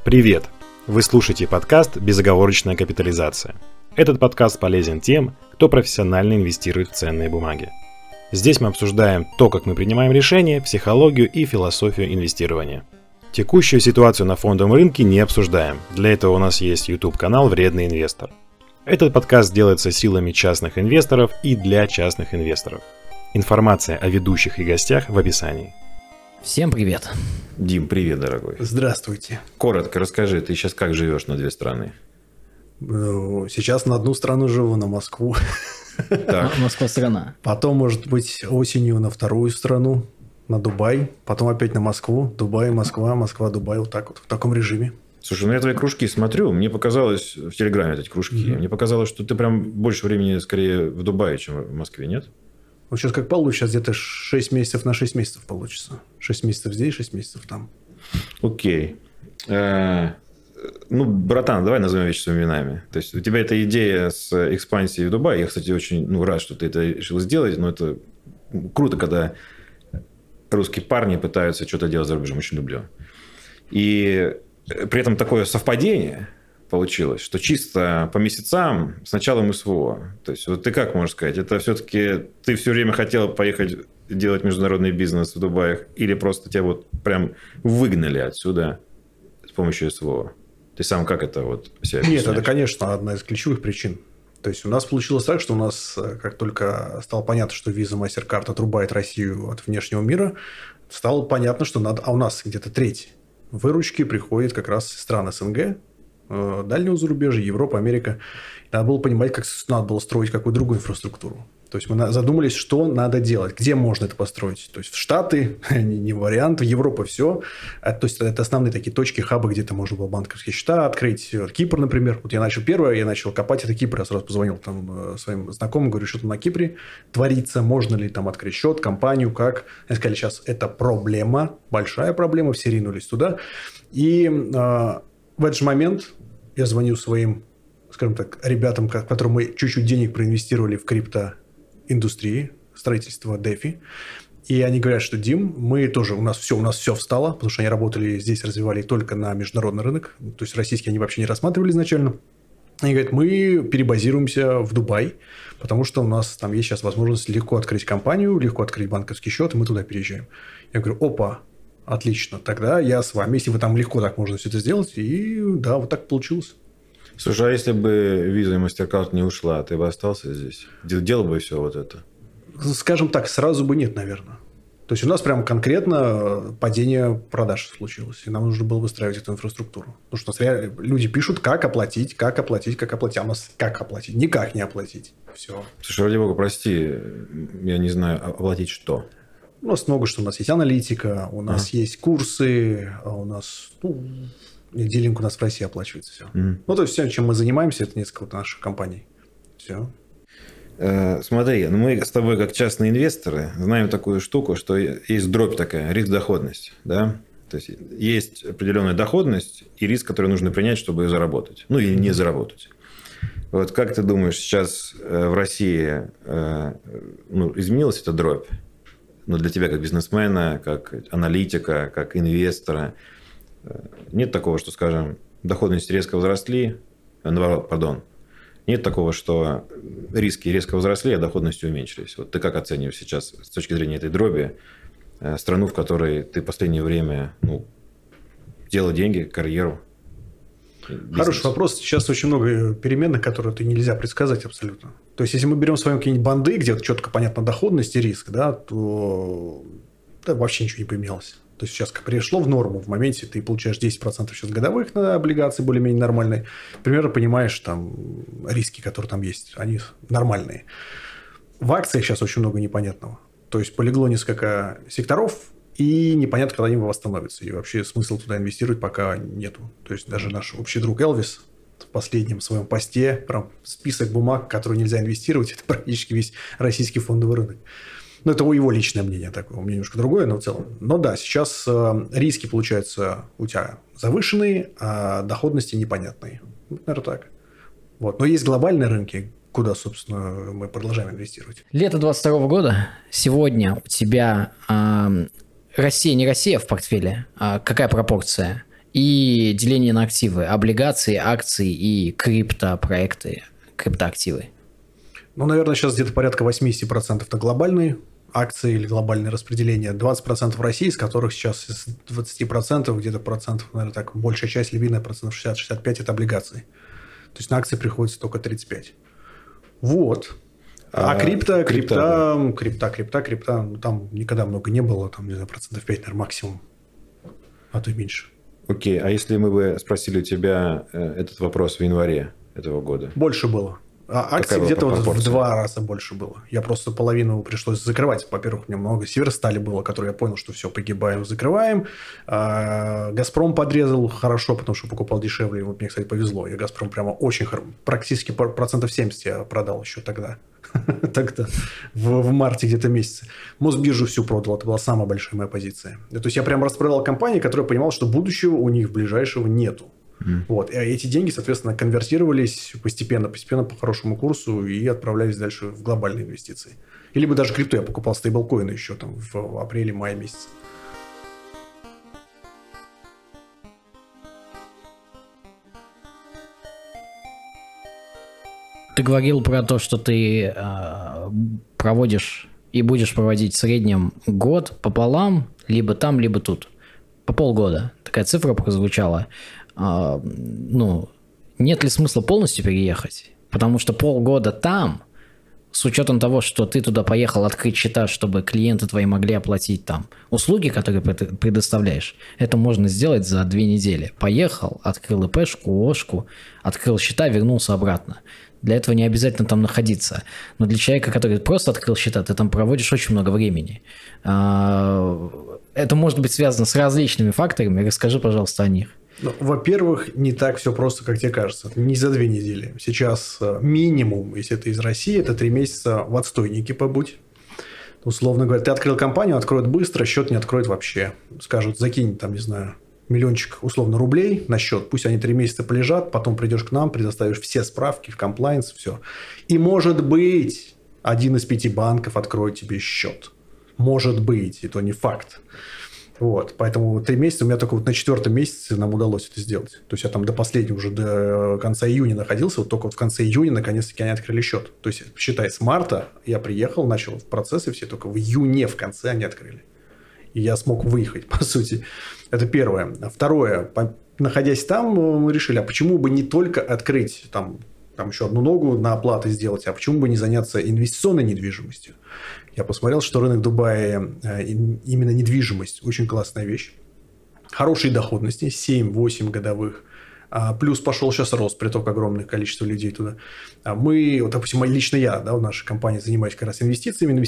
Привет! Вы слушаете подкаст «Безоговорочная капитализация». Этот подкаст полезен тем, кто профессионально инвестирует в ценные бумаги. Здесь мы обсуждаем то, как мы принимаем решения, психологию и философию инвестирования. Текущую ситуацию на фондовом рынке не обсуждаем. Для этого у нас есть YouTube-канал «Вредный инвестор». Этот подкаст делается силами частных инвесторов и для частных инвесторов. Информация о ведущих и гостях в описании. Всем привет. Дим, привет, дорогой. Здравствуйте. Коротко расскажи, ты сейчас как живешь на две страны? Сейчас на одну страну живу, на Москву. Так. Москва страна. Потом, может быть, осенью на вторую страну, на Дубай. Потом опять на Москву. Дубай, Москва, Москва, Дубай. Вот так вот, в таком режиме. Слушай, я твои кружки смотрю, мне показалось, в Телеграме эти кружки, мне показалось, что ты прям больше времени скорее в Дубае, чем в Москве, нет? Вот сейчас как получится, сейчас где-то 6 месяцев на 6 месяцев получится. 6 месяцев здесь, 6 месяцев там. Окей. Братан, давай назовем вещи своими именами. То есть, у тебя эта идея с экспансией в Дубай. Я, кстати, очень рад, что ты это решил сделать. Но это круто, когда русские парни пытаются что-то делать за рубежом. Очень люблю. И при этом такое совпадение получилось, что чисто по месяцам с началом СВО. То есть, вот ты как можешь сказать? Это все-таки ты все время хотел поехать делать международный бизнес в Дубае или просто тебя вот прям выгнали отсюда с помощью СВО? Ты сам как это вот себя объясняешь? Нет, это, конечно, одна из ключевых причин. То есть, у нас получилось так, что у нас, как только стало понятно, что Visa MasterCard отрубает Россию от внешнего мира, стало понятно, что надо... А у нас где-то треть выручки приходит как раз из стран СНГ, дальнего зарубежья, Европа, Америка. Надо было понимать, как надо было строить какую другую инфраструктуру. То есть, мы задумались, что надо делать, где можно это построить. То есть, в Штаты не вариант, в Европу все. То есть, это основные такие точки, хабы, где-то можно было банковские счета открыть. Кипр, например. Вот я начал копать, это Кипр. Я сразу позвонил там своим знакомым, говорю, что там на Кипре творится, можно ли там открыть счет, компанию, как. Они сказали, сейчас это проблема, большая проблема, все ринулись туда. И в этот же момент я звоню своим, скажем так, ребятам, которым мы чуть-чуть денег проинвестировали в криптоиндустрии, строительство DeFi. И они говорят, что Дим, у нас все встало, потому что они работали здесь, развивали только на международный рынок. То есть, российский они вообще не рассматривали изначально. Они говорят, мы перебазируемся в Дубай, потому что у нас там есть сейчас возможность легко открыть компанию, легко открыть банковский счет, и мы туда переезжаем. Я говорю, опа, отлично, тогда я с вами, если вы там легко так можно все это сделать, и да, вот так получилось. Слушай, а если бы Visa и MasterCard не ушла, ты бы остался здесь? Делал бы все вот это? Скажем так, сразу бы нет, наверное. То есть, у нас прям конкретно падение продаж случилось, и нам нужно было выстраивать эту инфраструктуру. Потому что люди пишут, как оплатить, а у нас как оплатить? Никак не оплатить. Все. Слушай, ради бога, прости, я не знаю, оплатить что? У нас много что. У нас есть аналитика, у нас есть курсы, у нас... дилинг у нас в России оплачивается все. То есть, все, чем мы занимаемся, это несколько наших компаний. Все. Смотри, мы с тобой, как частные инвесторы, знаем такую штуку, что есть дробь такая, риск-доходность. Да? То есть, есть определенная доходность и риск, который нужно принять, чтобы ее заработать. Или не заработать. Вот как ты думаешь, сейчас в России изменилась эта дробь? Для тебя, как бизнесмена, как аналитика, как инвестора, нет такого, что, скажем, доходности резко возросли, нет такого, что риски резко возросли, а доходности уменьшились. Вот ты как оцениваешь сейчас с точки зрения этой дроби страну, в которой ты в последнее время делал деньги, карьеру? Бизнес? Хороший вопрос. Сейчас очень много переменных, которые нельзя предсказать абсолютно. То есть, если мы берем с вами какие-нибудь банды, где четко понятна доходность и риск, да, то вообще ничего не поменялось. То есть, сейчас пришло в норму. В моменте ты получаешь 10% сейчас годовых на облигации более-менее нормальные. Примерно понимаешь там риски, которые там есть. Они нормальные. В акциях сейчас очень много непонятного. То есть, полегло несколько секторов, и непонятно, когда они восстановятся. И вообще смысл туда инвестировать пока нету. То есть, даже наш общий друг Элвис в последнем своем посте прям список бумаг, в которые нельзя инвестировать, это практически весь российский фондовый рынок. Это его личное мнение такое, у меня немножко другое, но в целом. Но да, сейчас риски, получаются, у тебя завышенные, а доходности непонятные. Наверное, так. Но есть глобальные рынки, куда, собственно, мы продолжаем инвестировать. Лето 2022 года. Сегодня у тебя Россия, не Россия в портфеле. Какая пропорция? и деление на активы, облигации, акции и криптопроекты, криптоактивы. Ну, наверное, сейчас где-то порядка 80% это глобальные акции или глобальное распределение, 20% в России, из которых сейчас из 20% где-то процентов, наверное, так, большая часть, львиная, процентов 60-65 это облигации. То есть на акции приходится только 35. Вот. А крипта, ну, там никогда много не было, там, не знаю, процентов 5, наверное, максимум, а то и меньше. Окей, а если мы бы спросили у тебя этот вопрос в январе этого года? Больше было. А акций где-то вот в 2 раза больше было. Я просто половину пришлось закрывать. Во-первых, у меня много Северстали было, которые я понял, что все, погибаем, закрываем. Газпром подрезал хорошо, потому что покупал дешевле. Вот мне, кстати, повезло. Я Газпром прямо очень практически процентов 70 я продал еще тогда. Тогда, в марте где-то месяце. Мосбиржу всю продал. Это была самая большая моя позиция. То есть я прям распродал компании, которые понимал, что будущего у них ближайшего нету. Вот. И эти деньги, соответственно, конвертировались постепенно по хорошему курсу и отправлялись дальше в глобальные инвестиции. И либо даже крипту я покупал стейблкоины еще там в апреле-мае месяце. Ты говорил про то, что ты проводишь и будешь проводить в среднем год пополам, либо там, либо тут. По полгода. Такая цифра прозвучала. Ну, нет ли смысла полностью переехать? Потому что полгода там, с учетом того, что ты туда поехал открыть счета, чтобы клиенты твои могли оплатить там услуги, которые предоставляешь, это можно сделать за 2 недели. Поехал, открыл ИПшку, ООшку, открыл счета, вернулся обратно. Для этого не обязательно там находиться. Но для человека, который просто открыл счета, ты там проводишь очень много времени. Это может быть связано с различными факторами. Расскажи, пожалуйста, о них. Ну, во-первых, не так все просто, как тебе кажется. Не за 2 недели. Сейчас минимум, если ты из России, это 3 месяца в отстойнике побудь. Условно говоря, ты открыл компанию, откроют быстро, счет не откроют вообще. Скажут, закинь там, не знаю, миллиончик условно рублей на счет, пусть они 3 месяца полежат, потом придешь к нам, предоставишь все справки в комплайнс, все. И может быть, 1 из 5 банков откроет тебе счет. Может быть, и то не факт. Вот, поэтому 3 месяца, у меня только вот на 4-м месяце нам удалось это сделать. То есть я там до последнего, уже до конца июня находился, вот только вот в конце июня наконец-таки они открыли счет. То есть, считай, с марта я приехал, начал процессы все, только в июне в конце они открыли. И я смог выехать, по сути. Это первое. Второе, находясь там, мы решили, а почему бы не только открыть там еще одну ногу на оплаты сделать, а почему бы не заняться инвестиционной недвижимостью? Я посмотрел, что рынок Дубая, именно недвижимость, очень классная вещь. Хорошие доходности, 7-8 годовых. Плюс пошел сейчас рост, приток огромное количество людей туда. Мы, вот, допустим, лично я, да, в нашей компании занимаюсь как раз инвестициями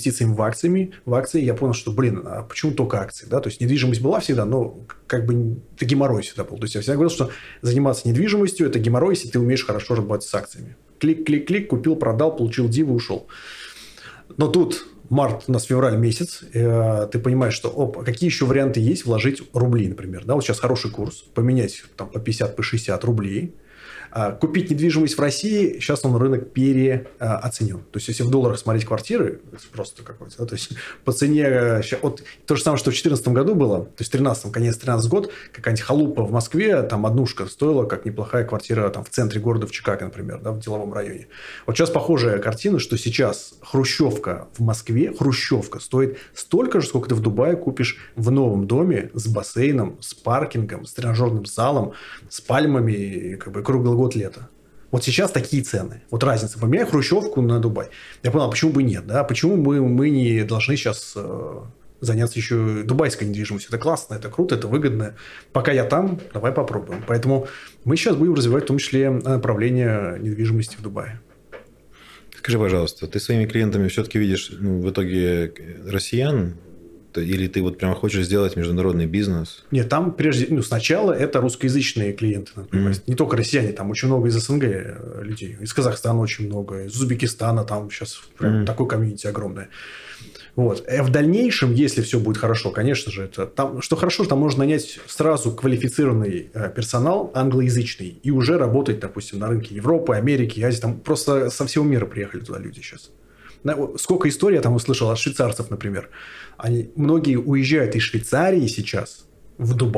в акции. Я понял, что, а почему только акции? Да? То есть, недвижимость была всегда, но как бы это геморрой всегда был. То есть, я всегда говорил, что заниматься недвижимостью – это геморрой, если ты умеешь хорошо работать с акциями. Клик-клик-клик, купил, продал, получил диву, ушел. Но тут март, у нас февраль месяц, ты понимаешь, что какие еще варианты есть вложить рубли, например. Да, вот сейчас хороший курс, поменять там, по 50, по 60 рублей. Купить недвижимость в России, сейчас он рынок переоценен. То есть, если в долларах смотреть квартиры, это просто какой-то, да, то есть, по цене, вот, то же самое, что в 2014 году было, то есть, в 2013, конец 2013 год, какая-нибудь халупа в Москве, там, однушка стоила, как неплохая квартира там, в центре города, в Чикаго, например, да, в деловом районе. Вот сейчас похожая картина, что сейчас хрущевка в Москве, хрущевка стоит столько же, сколько ты в Дубае купишь в новом доме с бассейном, с паркингом, с тренажерным залом, с пальмами, как бы, круглый год лета. Вот сейчас такие цены. Вот разница. Поменяй хрущевку на Дубай. Я понял, а почему бы нет? Да? Почему мы не должны сейчас заняться еще дубайской недвижимостью? Это классно, это круто, это выгодно. Пока я там, давай попробуем. Поэтому мы сейчас будем развивать в том числе направление недвижимости в Дубае. Скажи, пожалуйста, ты своими клиентами все-таки видишь в итоге россиян? Или ты вот прямо хочешь сделать международный бизнес? Нет, там прежде, сначала это русскоязычные клиенты, не только россияне, там очень много из СНГ людей, из Казахстана очень много, из Узбекистана, там сейчас прям такой комьюнити огромное. Вот. А в дальнейшем, если все будет хорошо, конечно же, что хорошо, там можно нанять сразу квалифицированный персонал англоязычный и уже работать, допустим, на рынке Европы, Америки, Азии, там просто со всего мира приехали туда люди сейчас. Сколько историй я там услышал от швейцарцев, например. Многие уезжают из Швейцарии сейчас в Дубай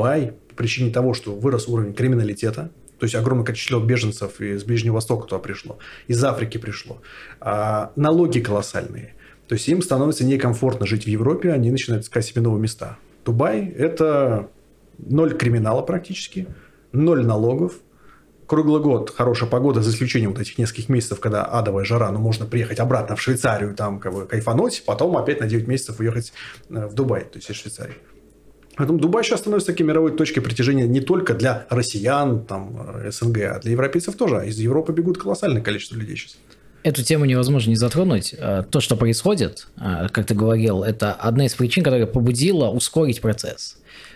по причине того, что вырос уровень криминалитета, то есть огромное количество беженцев из Ближнего Востока туда пришло, из Африки пришло. Налоги колоссальные. То есть им становится некомфортно жить в Европе, они начинают искать себе новые места. Дубай – это 0 криминала практически, 0 налогов. Круглый год хорошая погода, за исключением вот этих нескольких месяцев, когда адовая жара, но можно приехать обратно в Швейцарию, там как бы кайфануть, потом опять на 9 месяцев уехать в Дубай, то есть из Швейцарии. Поэтому Дубай сейчас становится такой мировой точкой притяжения не только для россиян, там, СНГ, а для европейцев тоже. Из Европы бегут колоссальное количество людей сейчас. Эту тему невозможно не затронуть. То, что происходит, как ты говорил, это одна из причин, которая побудила ускорить процесс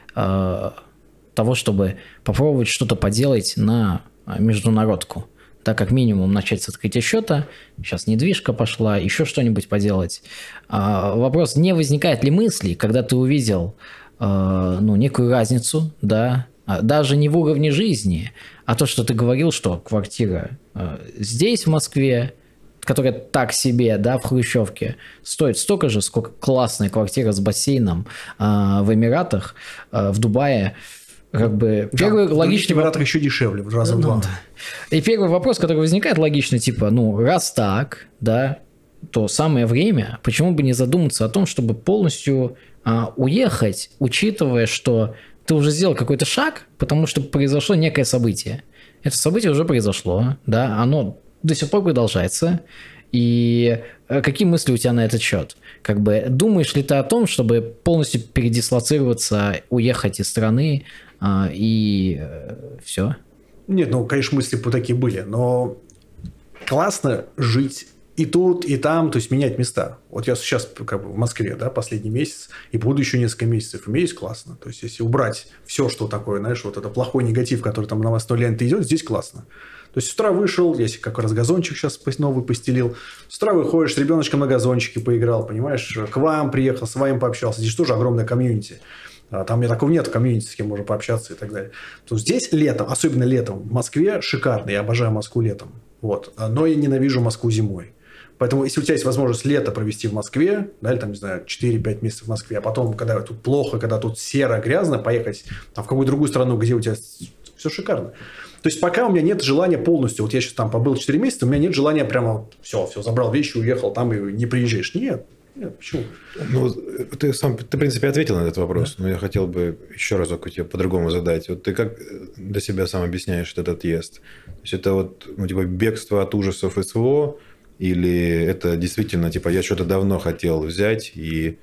того, чтобы попробовать что-то поделать на международку. Да, как минимум начать с открытия счета, сейчас недвижка пошла, еще что-нибудь поделать. Вопрос, не возникает ли мысли, когда ты увидел некую разницу, да, даже не в уровне жизни, а то, что ты говорил, что квартира здесь, в Москве, которая так себе, да, в Хрущевке, стоит столько же, сколько классная квартира с бассейном в Эмиратах, в Дубае. Как бы первый логичный в Эмиратах еще дешевле, в раза в два. И первый вопрос, который возникает логично, типа, раз так, да, то самое время, почему бы не задуматься о том, чтобы полностью уехать, учитывая, что ты уже сделал какой-то шаг, потому что произошло некое событие. Это событие уже произошло, да, оно до сих пор продолжается. И какие мысли у тебя на этот счет? Как бы думаешь ли ты о том, чтобы полностью передислоцироваться, уехать из страны и все? Нет, конечно, мысли такие были, но классно жить и тут, и там, то есть менять места. Вот я сейчас как бы в Москве, да, последний месяц, и буду еще несколько месяцев, и мне здесь классно. То есть, если убрать все, что такое, знаешь, вот это плохой негатив, который там на новостной ленте идет, здесь классно. То есть, с утра вышел, если как раз газончик сейчас новый постелил, с утра выходишь, с ребеночком на газончике поиграл, понимаешь, к вам приехал, с вами пообщался. Здесь тоже огромная комьюнити. Там у меня такого нет комьюнити, с кем можно пообщаться и так далее. То здесь летом, особенно летом, в Москве шикарно. Я обожаю Москву летом. Вот. Но я ненавижу Москву зимой. Поэтому, если у тебя есть возможность лето провести в Москве, да, или там, не знаю, 4-5 месяцев в Москве, а потом, когда тут плохо, когда тут серо, грязно, поехать там, в какую-то другую страну, где у тебя все шикарно. То есть, пока у меня нет желания полностью, вот я сейчас там побыл 4 месяца, у меня нет желания прямо все, забрал вещи, уехал там и не приезжаешь. Нет, почему? Ты, в принципе, ответил на этот вопрос, но я хотел бы еще разок тебе по-другому задать. Вот ты как для себя сам объясняешь этот отъезд? То есть, это вот типа бегство от ужасов СВО, или это действительно, типа, я что-то давно хотел взять, и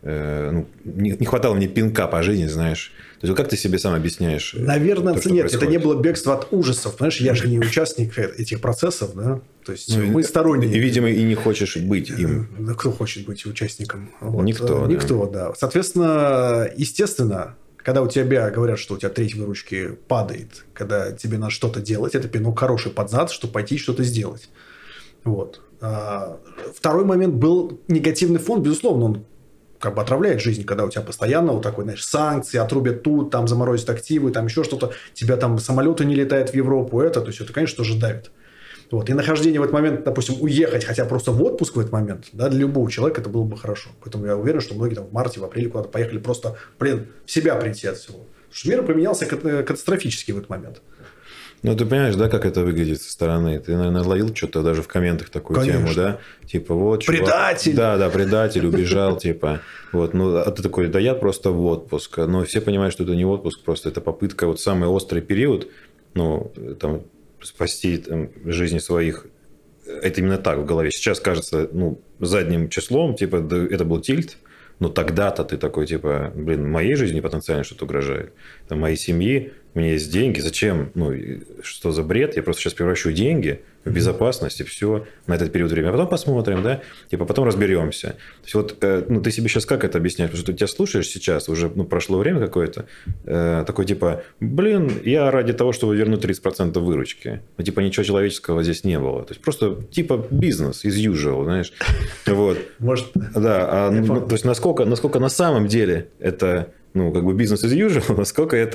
не хватало мне пинка по жизни, знаешь. То есть, как ты себе сам объясняешь? Наверное, то, нет, происходит? Это не было бегство от ужасов. Понимаешь, я же не участник этих процессов, да? То есть, мы сторонники. И, видимо, и не хочешь быть им. Да кто хочет быть участником? Вот. Никто. Никто, да. Соответственно, естественно, когда у тебя говорят, что у тебя треть выручки падает, когда тебе надо что-то делать, это пинок хороший под зад, чтобы пойти что-то сделать. Вот. Второй момент был негативный фон, безусловно, он как бы отравляет жизнь, когда у тебя постоянно вот такой, знаешь, санкции, отрубят тут, там заморозят активы, там еще что-то, тебя там самолеты не летают в Европу, то есть это, конечно, тоже давит. Вот. И нахождение в этот момент, допустим, уехать, хотя просто в отпуск в этот момент, да, для любого человека это было бы хорошо. Поэтому я уверен, что многие там в марте, в апреле куда-то поехали просто, в себя прийти от всего. Потому что мир поменялся катастрофически в этот момент. Ну, ты понимаешь, да, как это выглядит со стороны? Ты, наверное, ловил что-то даже в комментах такую тему, да? Типа, вот, чувак... Предатель! Да, предатель, убежал, типа. Вот, а ты такой, да я просто в отпуск. Но все понимают, что это не отпуск, просто это попытка, вот самый острый период, там, спасти жизни своих. Это именно так в голове. Сейчас кажется, задним числом, типа, да, это был тильт. Но тогда-то ты такой, типа, моей жизни потенциально что-то угрожает. Там, моей семьи, у меня есть деньги, зачем? Что за бред? Я просто сейчас превращу деньги в безопасность, и все на этот период времени. А потом посмотрим, да? Типа, потом разберемся. То есть, вот, ты себе сейчас как это объясняешь? Потому что ты тебя слушаешь сейчас, уже прошло время какое-то, такой, типа, я ради того, чтобы вернуть 30% выручки. Типа, ничего человеческого здесь не было. То есть, просто, типа, бизнес as usual, знаешь? Вот. Может. Да, то есть, насколько на самом деле это... как бы бизнес as usual, насколько это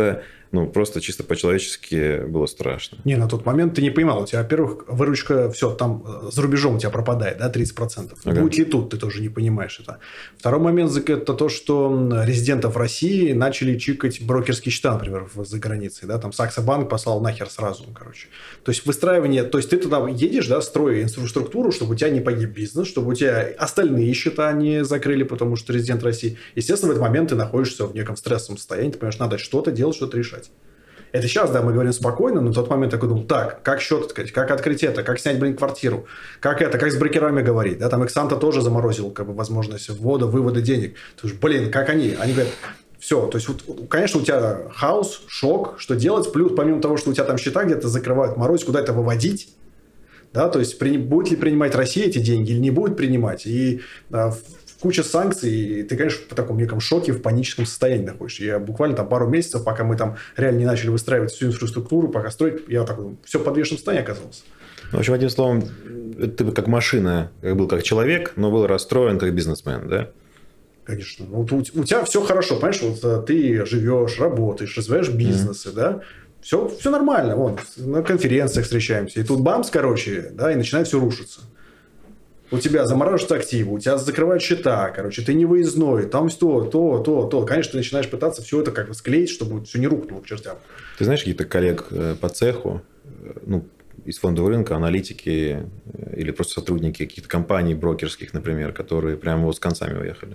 ну, просто чисто по-человечески было страшно. Не, на тот момент ты не понимал. У тебя, во-первых, выручка, все, там за рубежом у тебя пропадает, да, 30%. Ага. Будет ли тут, ты тоже не понимаешь это. Второй момент – это то, что резидентов России начали чикать брокерские счета, например, за границей. Да? Там Саксо Банк послал нахер сразу, короче. То есть, выстраивание… То есть, ты туда едешь, да, строя инфраструктуру, чтобы у тебя не погиб бизнес, чтобы у тебя остальные счета не закрыли, потому что резидент России. Естественно, в этот момент ты находишься в неком стрессовом состоянии, ты понимаешь, надо что-то делать, что-то решать. Это сейчас, да, мы говорим спокойно, но в тот момент такой думал, так, как счет открыть, как открыть это, как снять, квартиру, как с брокерами говорить, да, там Иксанта тоже заморозил, как бы, возможность ввода, вывода денег. Ты думаешь, блин, как они говорят, все, то есть, вот, конечно, у тебя хаос, шок, что делать, плюс, помимо того, что у тебя там счета где-то закрывают, мороз, куда это выводить, да, то есть, будет ли принимать Россия эти деньги или не будет принимать, и куча санкций, и ты, конечно, в таком неком шоке, в паническом состоянии находишься. Я буквально там пару месяцев, пока мы там реально не начали выстраивать всю инфраструктуру, пока строить, я так все в подвешенном состоянии оказался. В общем, одним словом, ты как машина, был как человек, но был расстроен как бизнесмен, да? Конечно. Вот у тебя все хорошо, понимаешь, вот ты живешь, работаешь, развиваешь бизнесы, да, все нормально, вон, на конференциях встречаемся, и тут бамс, короче, да, и начинает все рушиться. У тебя замораживаются активы, у тебя закрывают счета, короче, ты не выездной, там то. Конечно, ты начинаешь пытаться все это как бы склеить, чтобы все не рухнуло к чертям. Ты знаешь каких-то коллег по цеху, ну, из фондового рынка, аналитики или просто сотрудники каких-то компаний брокерских, например, которые прямо вот с концами уехали?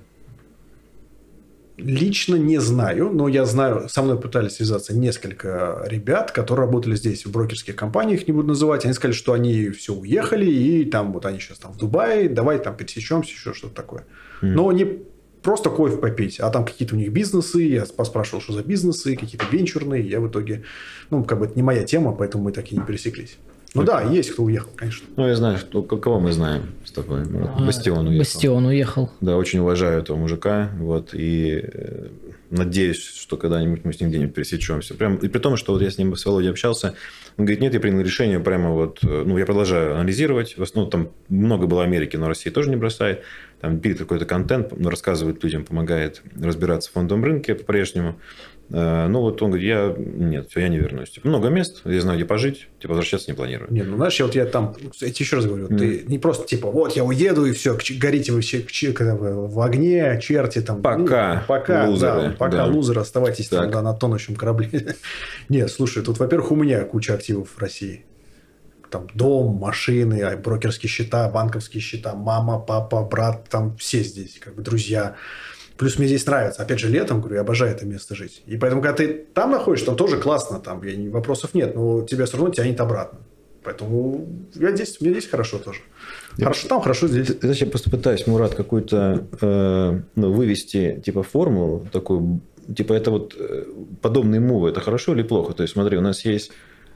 Лично не знаю, но я знаю, со мной пытались связаться несколько ребят, которые работали здесь в брокерских компаниях, не буду называть. Они сказали, что они все уехали, и там вот они сейчас там в Дубае, давай там пересечемся, еще что-то такое. Но не просто кофе попить, а там какие-то у них бизнесы. Я поспрашивал, что за бизнесы, какие-то венчурные. Я в итоге, ну, как бы это не моя тема, поэтому мы так и не пересеклись. Ну да, есть кто уехал, конечно. Ну, я знаю, кого мы знаем с тобой. Бастион уехал. Бастион уехал. Да, очень уважаю этого мужика. Вот, и надеюсь, что когда-нибудь мы с ним где-нибудь пересечемся. Прям, и при том, что вот я с ним, с Володей общался, он говорит, нет, я принял решение прямо вот... Ну, я продолжаю анализировать. В основном там много было Америки, но Россия тоже не бросает. Там пилит какой-то контент, рассказывает людям, помогает разбираться в фондовом рынке по-прежнему. Ну, вот он говорит, я не вернусь. Типа, много мест, я знаю, где пожить, типа, возвращаться не планирую. Нет, ну, знаешь, я там, я тебе еще раз говорю, ты не просто, типа, вот, я уеду, и все, горите вы все в огне, черти там. Пока лузеры. Да, пока лузеры, оставайтесь там, да, на тонущем корабле. Нет, слушай, тут, во-первых, у меня куча активов в России. Там дом, машины, брокерские счета, банковские счета, мама, папа, брат, там все здесь, как бы друзья. Плюс мне здесь нравится. Опять же, летом, говорю, я обожаю это место жить. И поэтому, когда ты там находишься, там тоже классно, там вопросов нет, но тебя все равно тянет обратно. Поэтому мне здесь хорошо тоже. Хорошо там, хорошо здесь. Знаешь, я просто пытаюсь, Мурат, какую-то вывести типа формулу такую, типа это вот подобные мувы, это хорошо или плохо? То есть, смотри, у нас есть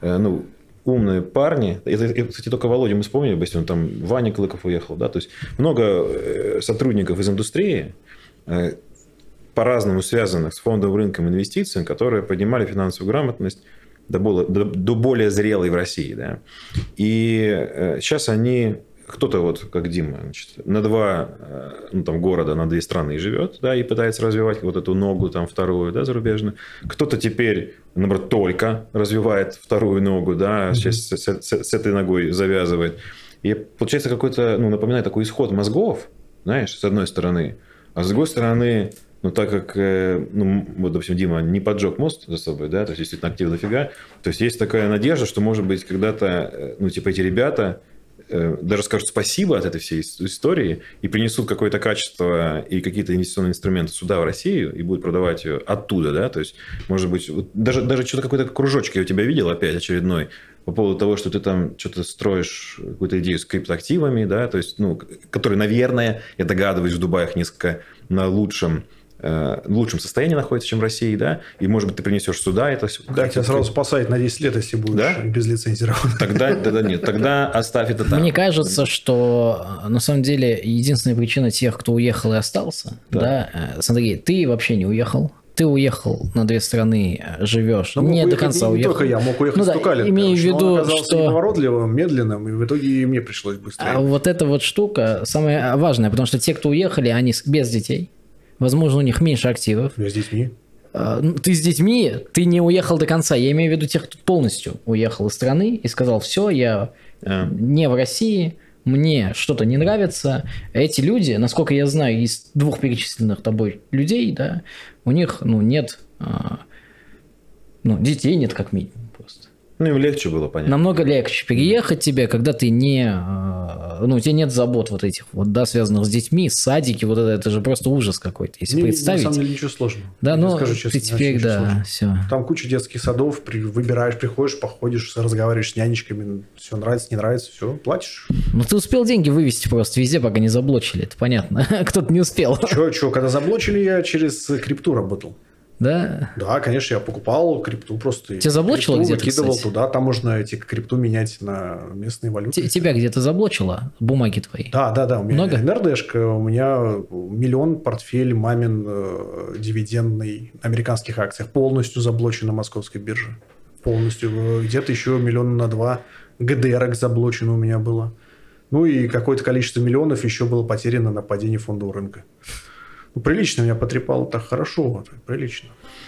умные парни. Это, кстати, только Володя мы вспомнили, если он там Ваня Клыков уехал, да, то есть много сотрудников из индустрии, по-разному связанных с фондовым рынком инвестиций, которые поднимали финансовую грамотность до более зрелой в России. Да? И сейчас они, кто-то вот, как Дима, значит, на два города, на две страны живет, да, и пытается развивать вот эту ногу, там, вторую, да, зарубежную. Кто-то теперь, наоборот, только развивает вторую ногу, да, сейчас с этой ногой завязывает. И получается какой-то, напоминает такой исход мозгов, знаешь, с одной стороны. А с другой стороны, так как, вот, допустим, Дима не поджег мост за собой, да, то есть действительно актив дофига, то есть есть такая надежда, что, может быть, когда-то, эти ребята даже скажут спасибо от этой всей истории и принесут какое-то качество и какие-то инвестиционные инструменты сюда, в Россию, и будут продавать ее оттуда, да, то есть, может быть, вот даже что-то какой-то кружочек я у тебя видел опять очередной по поводу того, что ты там что-то строишь, какую-то идею с криптоактивами, да, то есть, которые, наверное, я догадываюсь, в Дубае несколько на лучшем состоянии находится, чем в России, да, и, может быть, ты принесешь сюда это все. Да, тебя сразу спасает на 10 лет, если будешь без лицензирован. Тогда нет, тогда оставь это там. Мне кажется, что на самом деле единственная причина тех, кто уехал и остался, смотри, ты вообще не уехал. Ты уехал на две страны, живешь, не до конца уехал. Не только я, мог уехать столько лет. Имею в виду, он оказался что неповоротливым, медленным, и в итоге и мне пришлось быстрее. А вот эта вот штука самая важная, потому что те, кто уехали, они без детей. Возможно, у них меньше активов. Я с детьми. ты с детьми, ты не уехал до конца. Я имею в виду тех, кто полностью уехал из страны и сказал, все, я не в России, мне что-то не нравится. Эти люди, насколько я знаю, из двух перечисленных тобой людей, да, у них, нет, детей нет как минимум просто. Им легче было, понятно. Намного легче переехать тебе, когда ты у тебя нет забот вот этих вот, да, связанных с детьми, садики, вот это же просто ужас какой-то, если представить. На самом деле ничего сложного. Да, скажу честно, ты теперь, да, все. Там куча детских садов, выбираешь, приходишь, походишь, разговариваешь с нянечками, все нравится, не нравится, все, платишь. Ты успел деньги вывести просто везде, пока не заблочили, это понятно. Кто-то не успел. Че, когда заблочили, я через крипту работал. Да? Да, конечно, я покупал крипту просто. Тебя заблочило где-то, выкидывал кстати? Туда, там можно эти крипту менять на местные валюты. Тебя где-то заблочило? Бумаги твои? Да, у меня много? НРДшка, у меня миллион портфель мамин дивидендный американских акций, полностью заблочен на московской бирже. Полностью. Где-то еще 1,2 миллиона ГДРок заблочено у меня было. И какое-то количество миллионов еще было потеряно на падении фондового рынка. Прилично меня потрепало так хорошо, прилично.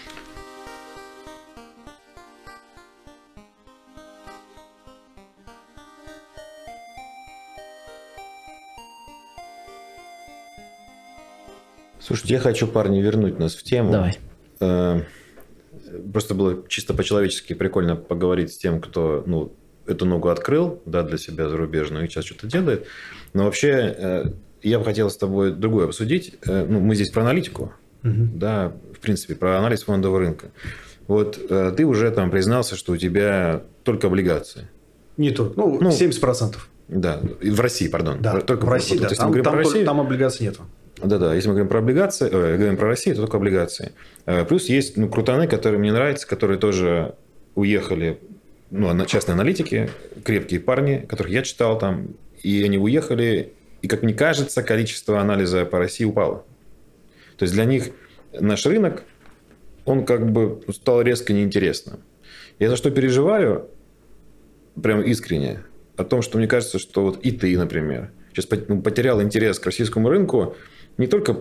Слушайте, я хочу, парни, вернуть нас в тему. Давай. Просто было чисто по-человечески прикольно поговорить с тем, кто эту ногу открыл, да, для себя зарубежную и сейчас что-то делает. Но вообще... Я бы хотел с тобой другое обсудить. Мы здесь про аналитику, да, в принципе, про анализ фондового рынка. Вот ты уже там признался, что у тебя только облигации. Не только, 70%. Да, в России, пардон. Да, только в России, да. Там облигаций нету. Да, если мы говорим про облигации, говорим про Россию, то только облигации. Плюс есть крутаны, которые мне нравятся, которые тоже уехали, частные аналитики, крепкие парни, которых я читал там, и они уехали. И, как мне кажется, количество анализа по России упало. То есть, для них наш рынок, он как бы стал резко неинтересным. Я за что переживаю, прям искренне, о том, что мне кажется, что вот и ты, например, сейчас потерял интерес к российскому рынку не только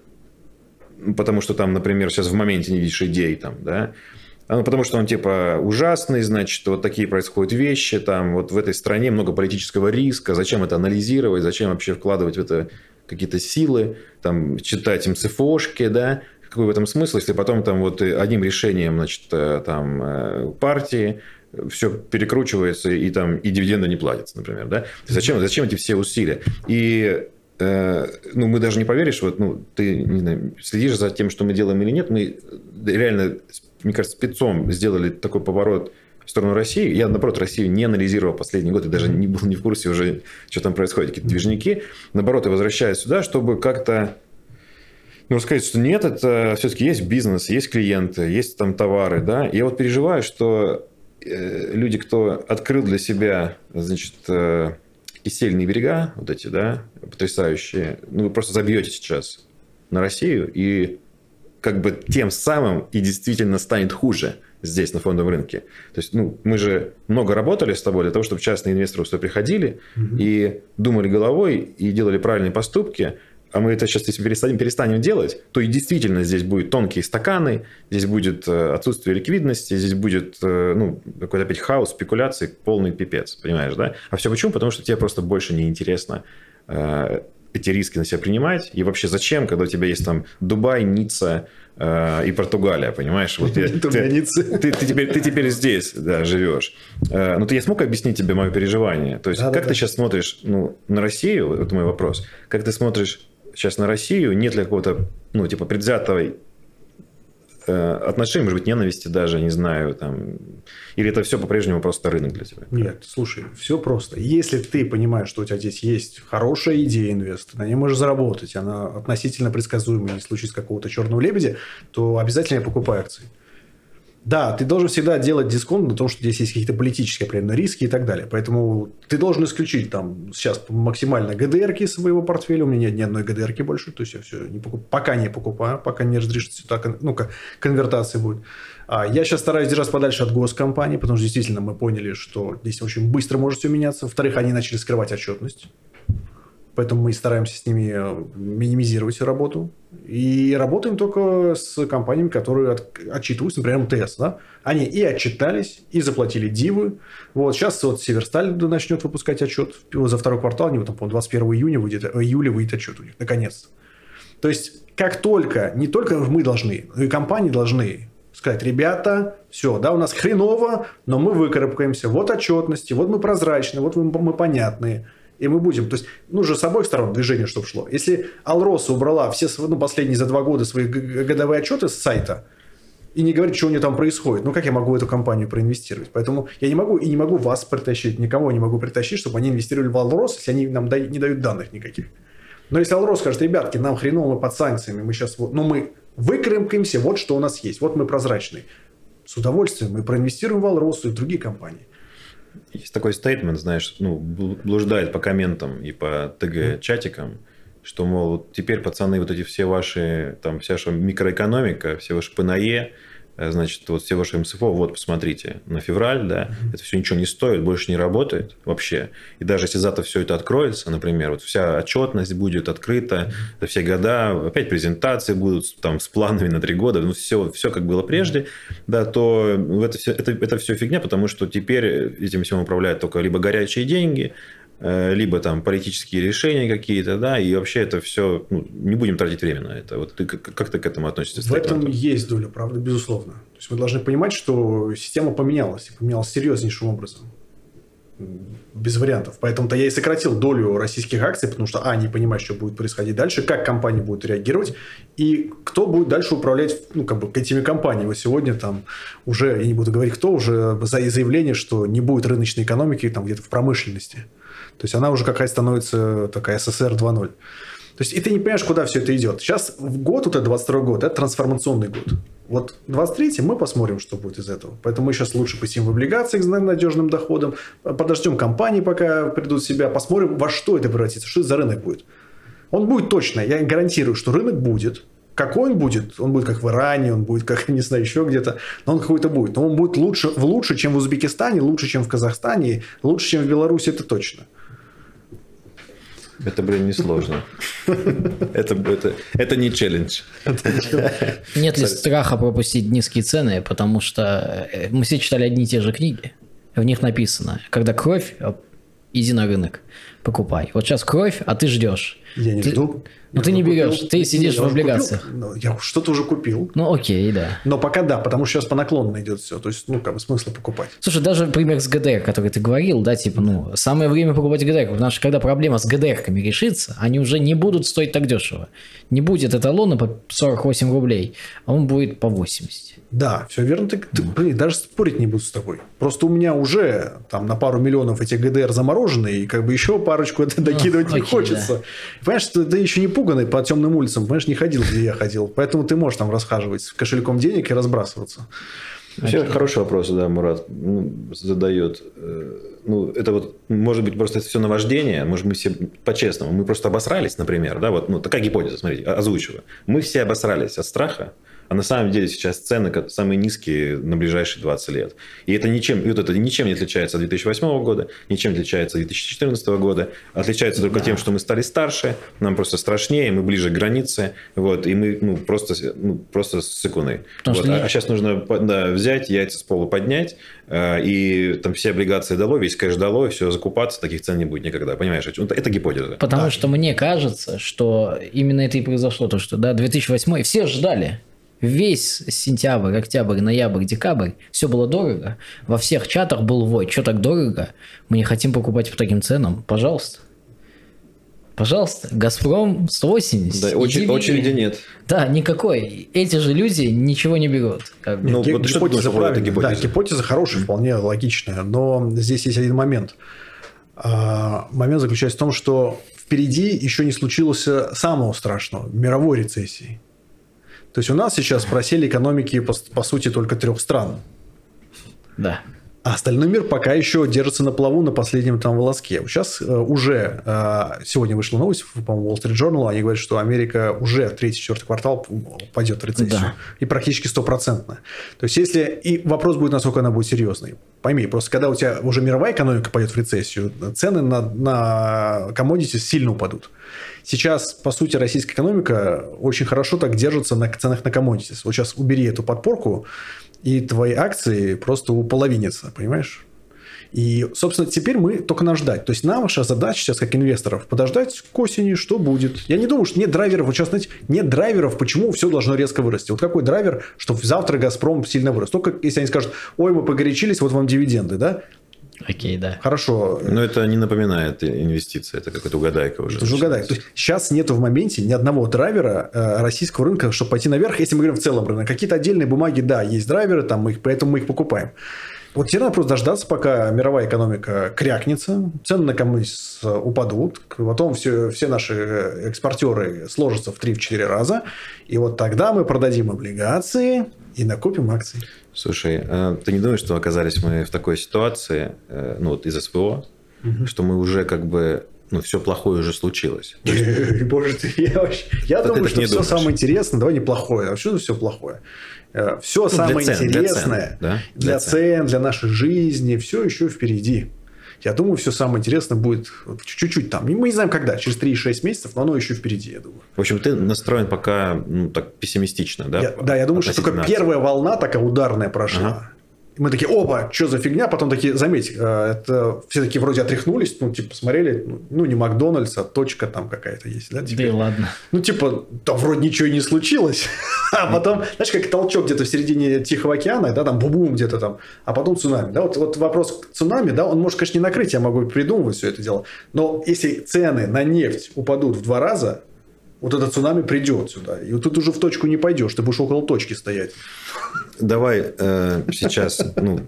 потому, что там, например, сейчас в моменте не видишь идей, там, да, потому что он типа ужасный, значит, вот такие происходят вещи, там вот в этой стране много политического риска, зачем это анализировать, зачем вообще вкладывать в это какие-то силы, там, читать МЦФОшки, да, какой в этом смысл, если потом там вот одним решением, значит, там партии все перекручивается и там и дивиденды не платятся, например, да, зачем эти все усилия? И мы даже не поверишь, вот, ты не знаю, следишь за тем, что мы делаем или нет, мы реально, мне кажется, спецом сделали такой поворот в сторону России. Я, наоборот, Россию не анализировал последний год и даже не был не в курсе уже, что там происходит, какие-то движники. Наоборот, я возвращаюсь сюда, чтобы как-то сказать, что нет, это все-таки есть бизнес, есть клиенты, есть там товары, да. И я вот переживаю, что люди, кто открыл для себя, значит, кисельные берега, вот эти, да, потрясающие, вы просто забьете сейчас на Россию, и как бы тем самым и действительно станет хуже здесь, на фондовом рынке. То есть, мы же много работали с тобой для того, чтобы частные инвесторы сюда приходили и думали головой, и делали правильные поступки, а мы это сейчас, если перестанем делать, то и действительно здесь будут тонкие стаканы, здесь будет отсутствие ликвидности, здесь будет какой-то опять хаос, спекуляции, полный пипец, понимаешь, да? А все почему? Потому что тебе просто больше не интересно эти риски на себя принимать. И вообще зачем, когда у тебя есть там Дубай, Ницца и Португалия, понимаешь? Вот ты теперь здесь, да, живешь. Но я смог объяснить тебе мое переживание. То есть, как ты сейчас смотришь на Россию, это мой вопрос, как ты смотришь сейчас на Россию, нет ли какого-то, предвзятого отношения, может быть, ненависти даже, не знаю, там, или это все по-прежнему просто рынок для тебя? Нет, слушай, все просто. Если ты понимаешь, что у тебя здесь есть хорошая идея инвестора, на ней можешь заработать, она относительно предсказуемая, не случится какого-то черного лебедя, то обязательно я покупаю акции. Да, ты должен всегда делать дисконт на том, что здесь есть какие-то политические определенные риски и так далее. Поэтому ты должен исключить там сейчас максимально ГДРки из своего портфеля. У меня нет ни одной ГДРки больше. То есть, я все пока не покупаю, пока не разрешится конвертация будет. Я сейчас стараюсь держаться подальше от госкомпаний, потому что действительно мы поняли, что здесь очень быстро может все меняться. Во-вторых, они начали скрывать отчетность. поэтому мы стараемся с ними минимизировать работу. И работаем только с компаниями, которые отчитываются, например, МТС. Да? Они и отчитались, и заплатили дивы. Вот. Сейчас вот Северсталь начнет выпускать отчет за второй квартал. Там, по-моему, 21 июля выйдет отчет у них, наконец-то. То есть, как только, не только мы должны, но и компании должны сказать: ребята, все, да, у нас хреново, но мы выкарабкаемся. Вот отчетности, вот мы прозрачные, вот мы понятные. И мы будем, то есть, нужно с обоих сторон движение, чтобы шло. Если Алроса убрала все последние за 2 года свои годовые отчеты с сайта и не говорит, что у нее там происходит, как я могу в эту компанию проинвестировать? Поэтому я не могу вас притащить, никого не могу притащить, чтобы они инвестировали в Алрос, если они нам не дают данных никаких. Но если Алрос скажет: ребятки, нам хреново, мы под санкциями, мы сейчас, мы выкарабкаемся, вот что у нас есть, вот мы прозрачные. С удовольствием мы проинвестируем в Алросу и в другие компании. Есть такой стейтмент, знаешь, блуждает по комментам и по ТГ-чатикам, что, мол, теперь, пацаны, вот эти все ваши, там, вся ваша микроэкономика, все ваши ПНЕ, значит, вот все ваши МСФО, вот, посмотрите, на февраль, да, это все ничего не стоит, больше не работает вообще. И даже если завтра все это откроется, например, вот вся отчетность будет открыта, все года, опять презентации будут там с планами на 3 года, все как было прежде, да, то это все фигня, потому что теперь этим всем управляют только либо горячие деньги, либо там политические решения какие-то, да, и вообще это все, не будем тратить время на это. Вот как ты к этому относишься? В этом есть доля правды, безусловно. То есть мы должны понимать, что система поменялась, и поменялась серьезнейшим образом. Без вариантов. Поэтому-то я и сократил долю российских акций, потому что, не понимаю, что будет происходить дальше, как компания будет реагировать, и кто будет дальше управлять этими компаниями. Вот сегодня там уже, я не буду говорить, кто, уже заявление, что не будет рыночной экономики там где-то в промышленности. То есть она уже какая-то становится такая СССР 2.0. То есть и ты не понимаешь, куда все это идет. Сейчас в год, вот это 22 год, это трансформационный год. Вот 23-й мы посмотрим, что будет из этого. Поэтому мы сейчас лучше посидим в облигациях с надежным доходом, подождем компании, пока придут в себя, посмотрим, во что это превратится, что это за рынок будет. Он будет точно, я гарантирую, что рынок будет. Какой он будет? Он будет как в Иране, он будет как, не знаю, еще где-то, но он какой-то будет. Но он будет лучше, чем в Узбекистане, лучше, чем в Казахстане, лучше, чем в Беларуси, это точно. Это, не сложно. Это не челлендж. Нет ли страха пропустить низкие цены, потому что мы все читали одни и те же книги, в них написано: когда кровь, иди на рынок, покупай. Вот сейчас кровь, а ты ждешь. Я не жду. Но ты не берешь, ты сидишь в облигациях. Я что-то уже купил. Окей, да. Но пока да, потому что сейчас по наклонной идет все. То есть, смысла покупать. Слушай, даже пример с ГДР, который ты говорил, да, самое время покупать ГДР, потому что когда проблема с ГДРками решится, они уже не будут стоить так дешево. Не будет эталона по 48 рублей, а он будет по 80. Да, все верно. Даже спорить не буду с тобой. Просто у меня уже там на пару миллионов этих ГДР замороженные, и еще парочку это докидывать не хочется. Да. Понимаешь, ты еще не пуганный по темным улицам, понимаешь, не ходил, где я ходил. Поэтому ты можешь там расхаживать с кошельком денег и разбрасываться. Вообще хороший вопрос, да, Мурат задает. Это может быть, просто это все наваждение, может, мы все по-честному, мы просто обосрались, например, да, такая гипотеза, смотрите, озвучиваю. Мы все обосрались от страха, а на самом деле сейчас цены самые низкие на ближайшие 20 лет. И это ничем не отличается от 2008 года, ничем не отличается от 2014 года. Отличается только тем, что мы стали старше, нам просто страшнее, мы ближе к границе, и мы просто ссыкуны. А сейчас нужно взять, яйца с пола поднять, и там все облигации долой, весь кэш долой, все закупаться, таких цен не будет никогда. Понимаешь? Это гипотеза. Потому что мне кажется, что именно это и произошло, то что 2008 все ждали. Весь сентябрь, октябрь, ноябрь, декабрь все было дорого. Во всех чатах был вой. Что так дорого? Мы не хотим покупать по таким ценам. Пожалуйста. Пожалуйста. Газпром 180. Да, очереди нет. Да, никакой. Эти же люди ничего не берут. Гипотеза правильная. Да, гипотеза хорошая, вполне логичная. Но здесь есть один момент. Момент заключается в том, что впереди еще не случилось самого страшного – мировой рецессии. То есть у нас сейчас просели экономики, по сути, только 3 стран. Да. А остальной мир пока еще держится на плаву на последнем там волоске. Сейчас уже, сегодня вышла новость, по-моему, Wall Street Journal, они говорят, что Америка уже в 3-4 квартал пойдет в рецессию. Да. И практически 100%. То есть, если... И вопрос будет, насколько она будет серьезной. Пойми, просто когда у тебя уже мировая экономика пойдет в рецессию, цены на commodities сильно упадут. Сейчас, по сути, российская экономика очень хорошо так держится на ценах на commodities. Вот сейчас убери эту подпорку, и твои акции просто уполовинятся, понимаешь? И, собственно, теперь мы только надо ждать. То есть, наша задача сейчас, как инвесторов, подождать к осени, что будет. Я не думаю, что нет драйверов. Вот сейчас, знаете, нет драйверов, почему все должно резко вырасти. Вот какой драйвер, что завтра «Газпром» сильно вырос. Только если они скажут, ой, мы погорячились, вот вам дивиденды, да? Окей, да. Хорошо. Но это не напоминает инвестиции, это какая-то угадайка уже. Это уже угадайка. То есть, сейчас нету в моменте ни одного драйвера российского рынка, чтобы пойти наверх. Если мы говорим в целом рынок, какие-то отдельные бумаги, да, есть драйверы, там, поэтому мы их покупаем. Вот теперь надо просто дождаться, пока мировая экономика крякнется, цены на commodities упадут, потом все наши экспортеры сложатся в 3-4 раза, и вот тогда мы продадим облигации и накупим акции. Слушай, ты не думаешь, что оказались мы в такой ситуации, ну вот из СВО, что мы уже как бы, ну все плохое уже случилось? Боже ты, я думаю, что все самое интересное, давай не плохое, а что все плохое? Все самое интересное для цен, для нашей жизни, все еще впереди. Я думаю, все самое интересное будет чуть-чуть там. Мы не знаем, когда, через 3-6 месяцев, но оно еще впереди, я думаю. В общем, ты настроен пока так пессимистично, да? Я думаю, что только первая волна такая ударная прошла. Ага. Мы такие, опа, что за фигня? Потом такие, заметь, это все такие вроде отряхнулись, ну, типа, посмотрели, ну, не Макдональдс, а точка там какая-то есть, да? Да и ладно. Ну, типа, там вроде ничего и не случилось, а потом, знаешь, как толчок где-то в середине Тихого океана, да, там бум-бум где-то там, а потом цунами, да, вот вопрос цунами, да, он может, конечно, не накрыть, я могу придумывать все это дело, но если цены на нефть упадут в 2 раза, вот это цунами придет сюда. И вот тут уже в точку не пойдешь, ты будешь около точки стоять. Давай сейчас,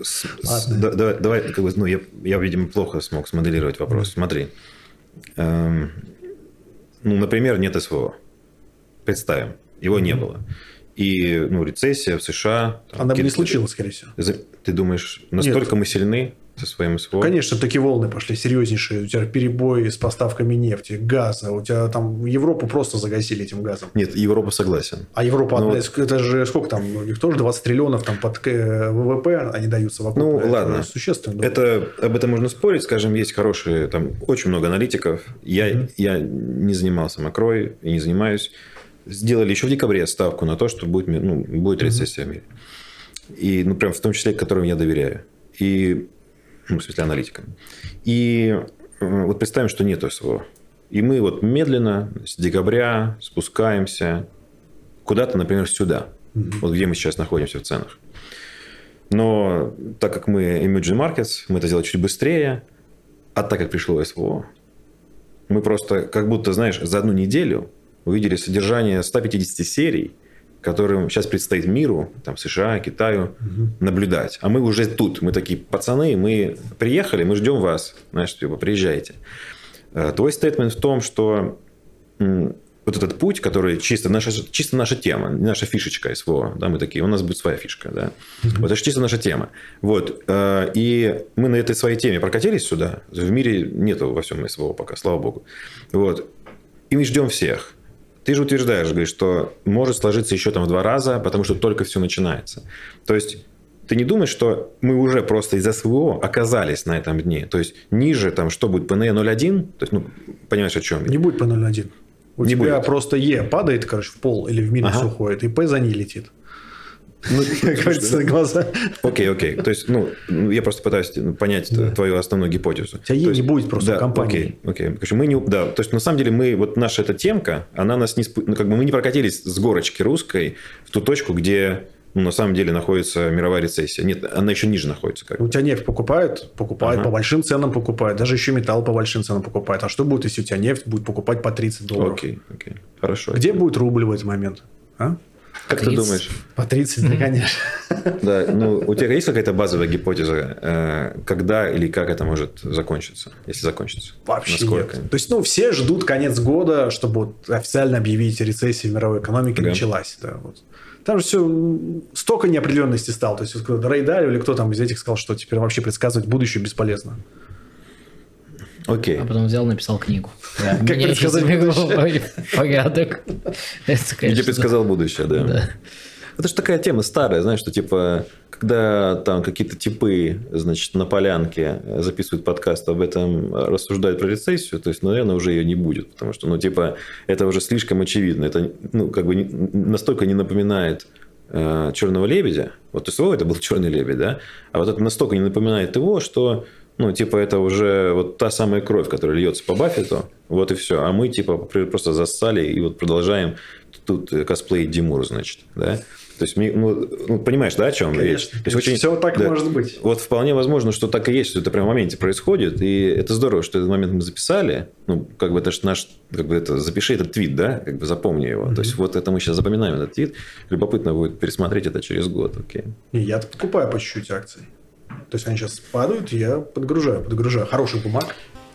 давай, как бы, я, видимо, плохо смог смоделировать вопрос. Смотри, например, нет СВО. Представим, его не было. И рецессия в США. Она бы не случилась, скорее всего. Ты думаешь, настолько мы сильны со своим СВО? Конечно, такие волны пошли серьезнейшие. У тебя перебои с поставками нефти, газа. У тебя там Европу просто загасили этим газом. Нет, Европа согласен. А Европа, это же сколько там? У них тоже 20 триллионов там под ВВП они даются вокруг. Ну, ладно. Существенно. Об этом можно спорить. Скажем, есть хорошие, там очень много аналитиков. Я не занимался макрой и не занимаюсь. Сделали еще в декабре ставку на то, что будет рецессия в мире. И, прям в том числе, которым я доверяю. И, в смысле, аналитикам. И вот представим, что нет СВО. И мы вот медленно с декабря спускаемся куда-то, например, сюда. Вот где мы сейчас находимся в ценах. Но так как мы emerging markets, мы это сделали чуть быстрее. А так как пришло СВО, мы просто как будто, знаешь, за одну неделю увидели содержание 150 серий, которым сейчас предстоит миру, там, США, Китаю, наблюдать. А мы уже тут. Мы такие, пацаны, мы приехали, мы ждем вас. Знаешь, типа, приезжайте. Твой стейтмент в том, что вот этот путь, который чисто наша тема, наша фишечка СВО, да, мы такие, у нас будет своя фишка, да. Вот это же чисто наша тема. Вот. И мы на этой своей теме прокатились сюда. В мире нету во всем СВО пока, слава богу. Вот. И мы ждем всех. Ты же утверждаешь, говоришь, что может сложиться еще там в 2 раза, потому что только все начинается. То есть, ты не думаешь, что мы уже просто из-за СВО оказались на этом дне? То есть, ниже, там, что будет, ПНЕ 0,1? То есть, понимаешь, о чем я? Не будет по 0,1. У не тебя будет. Просто Е падает, короче, в пол или в минус уходит, и П за ней летит. Как говорится, глаза. Окей. То есть, я просто пытаюсь понять твою основную гипотезу. У тебя Е не будет просто в компании. Окей. То есть, на самом деле, вот наша эта темка, она нас не... мы не прокатились с горочки русской в ту точку, где на самом деле находится мировая рецессия. Нет, она еще ниже находится. У тебя нефть покупают по большим ценам покупают, даже еще металл по большим ценам покупают. А что будет, если у тебя нефть будет покупать по $30? Окей. Хорошо. Где будет рубль в этот момент? А? Как 30. ты думаешь? По 30, да, конечно. Да, ну, у тебя есть какая-то базовая гипотеза, когда или как это может закончиться, если закончится? Вообще Насколько? нет. То есть, ну, все ждут конец года, чтобы вот официально объявить рецессию в мировой экономике началась. Да, вот. Там же все столько неопределенности стало. То есть, вот, Рэй Далио или кто там из этих сказал, что теперь вообще предсказывать будущее бесполезно. Окей. А потом взял, написал книгу. Как предсказать порядок. Где предсказал будущее, да. Это же такая тема старая, знаешь, что типа, когда там какие-то типы, значит, на полянке записывают подкаст, об этом рассуждают про рецессию, то есть, наверное, уже ее не будет, потому что, ну, типа, это уже слишком очевидно. Это, ну, как бы настолько не напоминает черного лебедя. Вот у СВО это был черный лебедь, да? А вот это настолько не напоминает его, что, ну, типа, это уже вот та самая кровь, которая льется по Баффету, вот и все. А мы, типа, просто зассали и вот продолжаем тут косплеить Димур, значит, да? То есть, ну, понимаешь, да, о чем речь? То есть, очень, все так да, может быть. Вот вполне возможно, что так и есть, что это прямо в моменте происходит. И это здорово, что этот момент мы записали. Ну, как бы это же наш, как бы это, запиши этот твит, да, как бы запомни его. То есть, вот это мы сейчас запоминаем этот твит. Любопытно будет пересмотреть это через год. Окей. И я покупаю по чуть-чуть акций. То есть, они сейчас падают, я подгружаю. Хороший бумаг.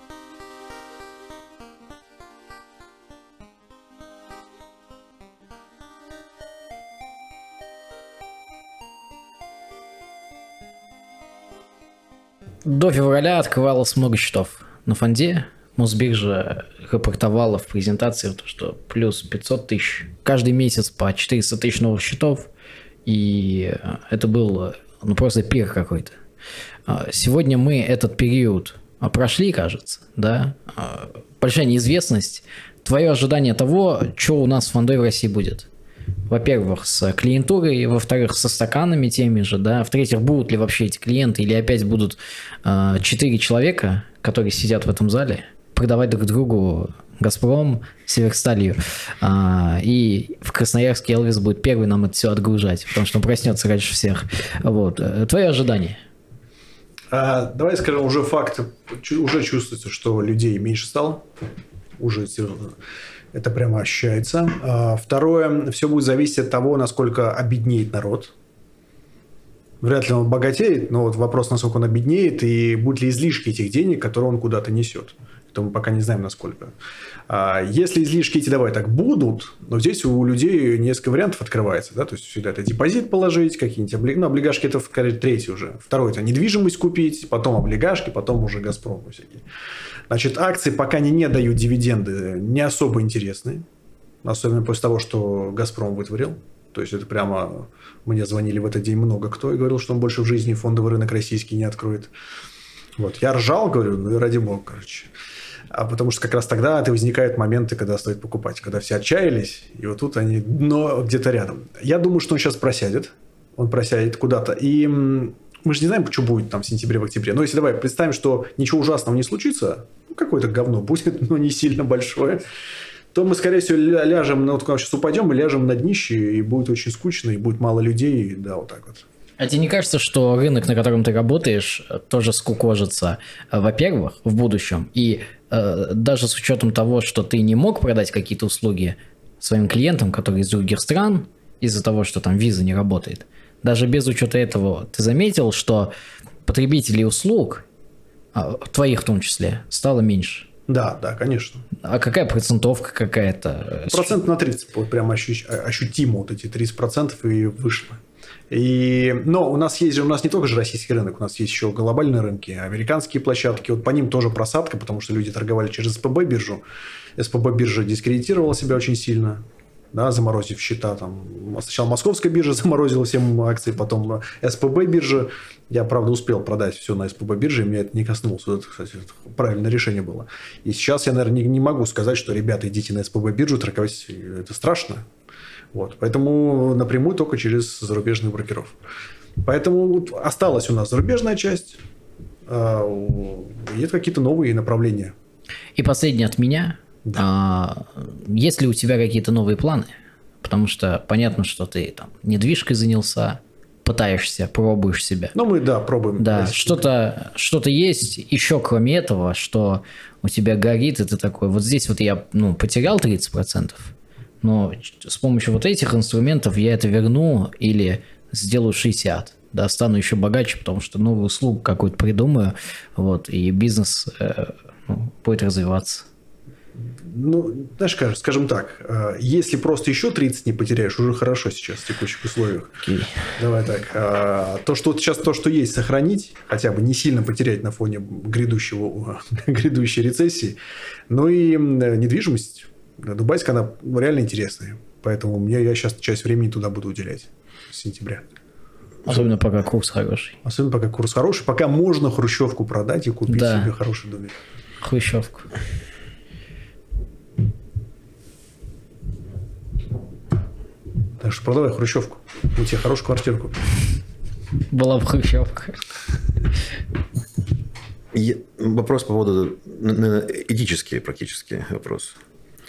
До февраля открывалось много счетов на фонде. Мосбиржа рапортовала в презентации, что плюс 500 тысяч. Каждый месяц по 400 тысяч новых счетов. И это был ну, просто пир какой-то. Сегодня мы этот период прошли, кажется. Да? Большая неизвестность. Твое ожидание того, что у нас с фондой в России будет. Во-первых, с клиентурой, во-вторых, со стаканами теми же, да, в-третьих, будут ли вообще эти клиенты, или опять будут 4 человека, которые сидят в этом зале, продавать друг другу «Газпром» Северсталью, и в Красноярске Элвис будет первый нам это все отгружать, потому что он проснется раньше всех. Вот. Твои ожидания? Давай скажем, уже факт, уже чувствуется, что людей меньше стало, уже это прямо ощущается. Второе, все будет зависеть от того, насколько обеднеет народ. Вряд ли он богатеет, но вот вопрос, насколько он обеднеет, и будут ли излишки этих денег, которые он куда-то несет. Это мы пока не знаем, насколько. Если излишки эти, давай так, будут, но здесь у людей несколько вариантов открывается. Да? То есть, всегда это депозит положить, какие-нибудь облигашки, это, скорее, третий уже. Второй – это недвижимость купить, потом облигашки, потом уже «Газпром» всякие. Значит, акции, пока они не дают дивиденды, не особо интересны. Особенно после того, что «Газпром» вытворил. То есть, это прямо... Мне звонили в этот день много кто и говорил, что он больше в жизни фондовый рынок российский не откроет. Вот. Я ржал, говорю, ну и ради бога, короче. Потому что как раз тогда это возникают моменты, когда стоит покупать. Когда все отчаялись, и вот тут они, но где-то рядом. Я думаю, что он сейчас просядет. Он просядет куда-то. И мы же не знаем, что будет там в сентябре, в октябре. Но если давай представим, что ничего ужасного не случится, ну, какое-то говно будет, но не сильно большое, то мы, скорее всего, ляжем, вот когда сейчас упадем, мы ляжем на днище, и будет очень скучно, и будет мало людей, да, вот так вот. А тебе не кажется, что рынок, на котором ты работаешь, тоже скукожится, во-первых, в будущем, и даже с учетом того, что ты не мог продать какие-то услуги своим клиентам, которые из других стран, из-за того, что там виза не работает, даже без учета этого, ты заметил, что потребителей услуг, твоих в том числе, стало меньше? Да, да, конечно. А какая процентовка какая-то? Процент на 30, вот прям ощутимо вот эти 30% и вышло. Но у нас есть же, у нас не только же российский рынок, у нас есть еще глобальные рынки, американские площадки, вот по ним тоже просадка, потому что люди торговали через СПБ биржу. СПБ биржа дискредитировала себя очень сильно, да, заморозив счета. Там. Сначала московская биржа заморозила всем акции, потом СПБ биржа. Я, правда, успел продать все на СПБ бирже, и меня это не коснулось. Вот это, кстати, правильное решение было. И сейчас я, наверное, не могу сказать, что, ребята, идите на СПБ биржу торговать, это страшно. Вот. Поэтому напрямую только через зарубежных брокеров. Поэтому вот осталась у нас зарубежная часть, и это какие-то новые направления. И последнее от меня. Да. Есть ли у тебя какие-то новые планы? Потому что понятно, что ты там недвижкой занялся, пытаешься, пробуешь себя. Ну, мы, да, пробуем. Да, что-то есть еще кроме этого, что у тебя горит, и ты такой, вот здесь вот я потерял 30%, но с помощью вот этих инструментов я это верну или сделаю 60. Да, стану еще богаче, потому что новую услугу какую-то придумаю, вот, и бизнес будет развиваться. Ну, знаешь, скажем так, если просто еще 30 не потеряешь, уже хорошо сейчас в текущих условиях. Okay. Давай так. То, что сейчас то, что есть, сохранить, хотя бы не сильно потерять на фоне грядущей рецессии. Ну и недвижимость. Дубайская, она реально интересная. Поэтому я сейчас часть времени туда буду уделять с сентября. Особенно пока курс хороший. Особенно пока курс хороший. Пока можно хрущевку продать и купить себе хороший домик. Хрущевку. Так что продавай хрущевку. Мы тебе хорошую квартиру купим. Была бы хрущевка. Вопрос по поводу этический практически вопрос.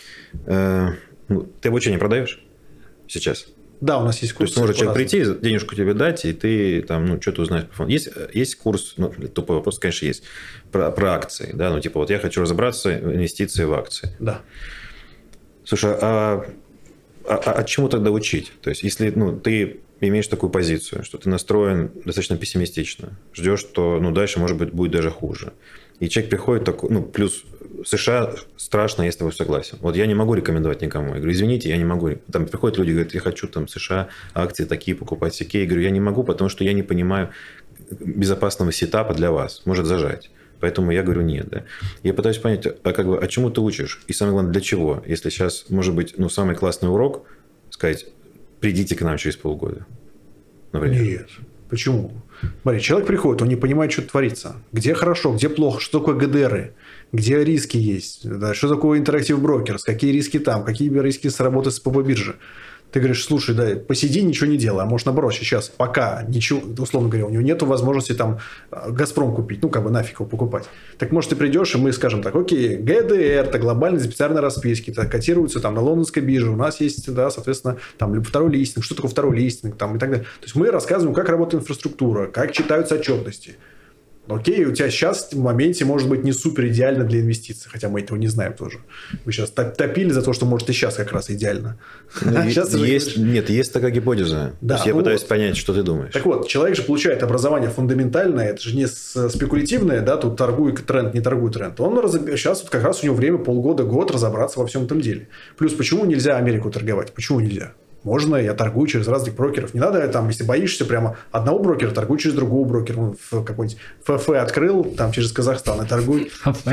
Ты обучение продаешь сейчас? Да, у нас есть курс. То есть может человек прийти, денежку тебе дать, и ты там, что-то узнаешь по фонду. Есть курс, тупой вопрос, конечно, есть, про акции. Да? Ну, типа, вот я хочу разобраться в инвестиции в акции. Да. Слушай, а чему тогда учить? То есть, если ты имеешь такую позицию, что ты настроен достаточно пессимистично, ждешь, что дальше, может быть, будет даже хуже. И человек приходит такой, плюс США страшно, я с тобой согласен. Вот я не могу рекомендовать никому. Я говорю, извините, я не могу. Там приходят люди, говорят, я хочу там США акции такие покупать, всякие. Я говорю, я не могу, потому что я не понимаю безопасного сетапа для вас. Может зажать. Поэтому я говорю, нет. Да? Я пытаюсь понять, а чему ты учишь? И самое главное, для чего? Если сейчас, может быть, самый классный урок, сказать, придите к нам через полгода. Например. Нет. Почему? Смотри, человек приходит, он не понимает, что творится. Где хорошо, где плохо, что такое ГДРы, где риски есть, да, что такое Interactive Brokers, какие риски там, какие риски с работы с ПП-биржи. Ты говоришь, слушай, да, посиди, ничего не делай. А может, наоборот, сейчас пока ничего, условно говоря, у него нет возможности там Газпром купить, нафиг его покупать. Так может, ты придешь, и мы скажем так, окей, ГДР, это глобальные специальные расписки, котируются там на лондонской бирже, у нас есть, да, соответственно, там либо второй листинг, что такое второй листинг, там и так далее. То есть мы рассказываем, как работает инфраструктура, как читаются отчетности. Окей, у тебя сейчас в моменте может быть не супер идеально для инвестиций, хотя мы этого не знаем тоже. Вы сейчас топили за то, что может и сейчас как раз идеально. Есть такая гипотеза. Да, то есть я пытаюсь понять, что ты думаешь. Так вот, человек же получает образование фундаментальное, это же не спекулятивное, да, тут торгуй тренд, не торгуй тренд. Он сейчас вот как раз у него время полгода, год разобраться во всем этом деле. Плюс, почему нельзя Америку торговать? Почему нельзя? Можно, я торгую через разных брокеров. Не надо, там, если боишься прямо одного брокера, торгуй через другого брокера. Он какой-нибудь ФФ открыл, там, через Казахстан и торгуй.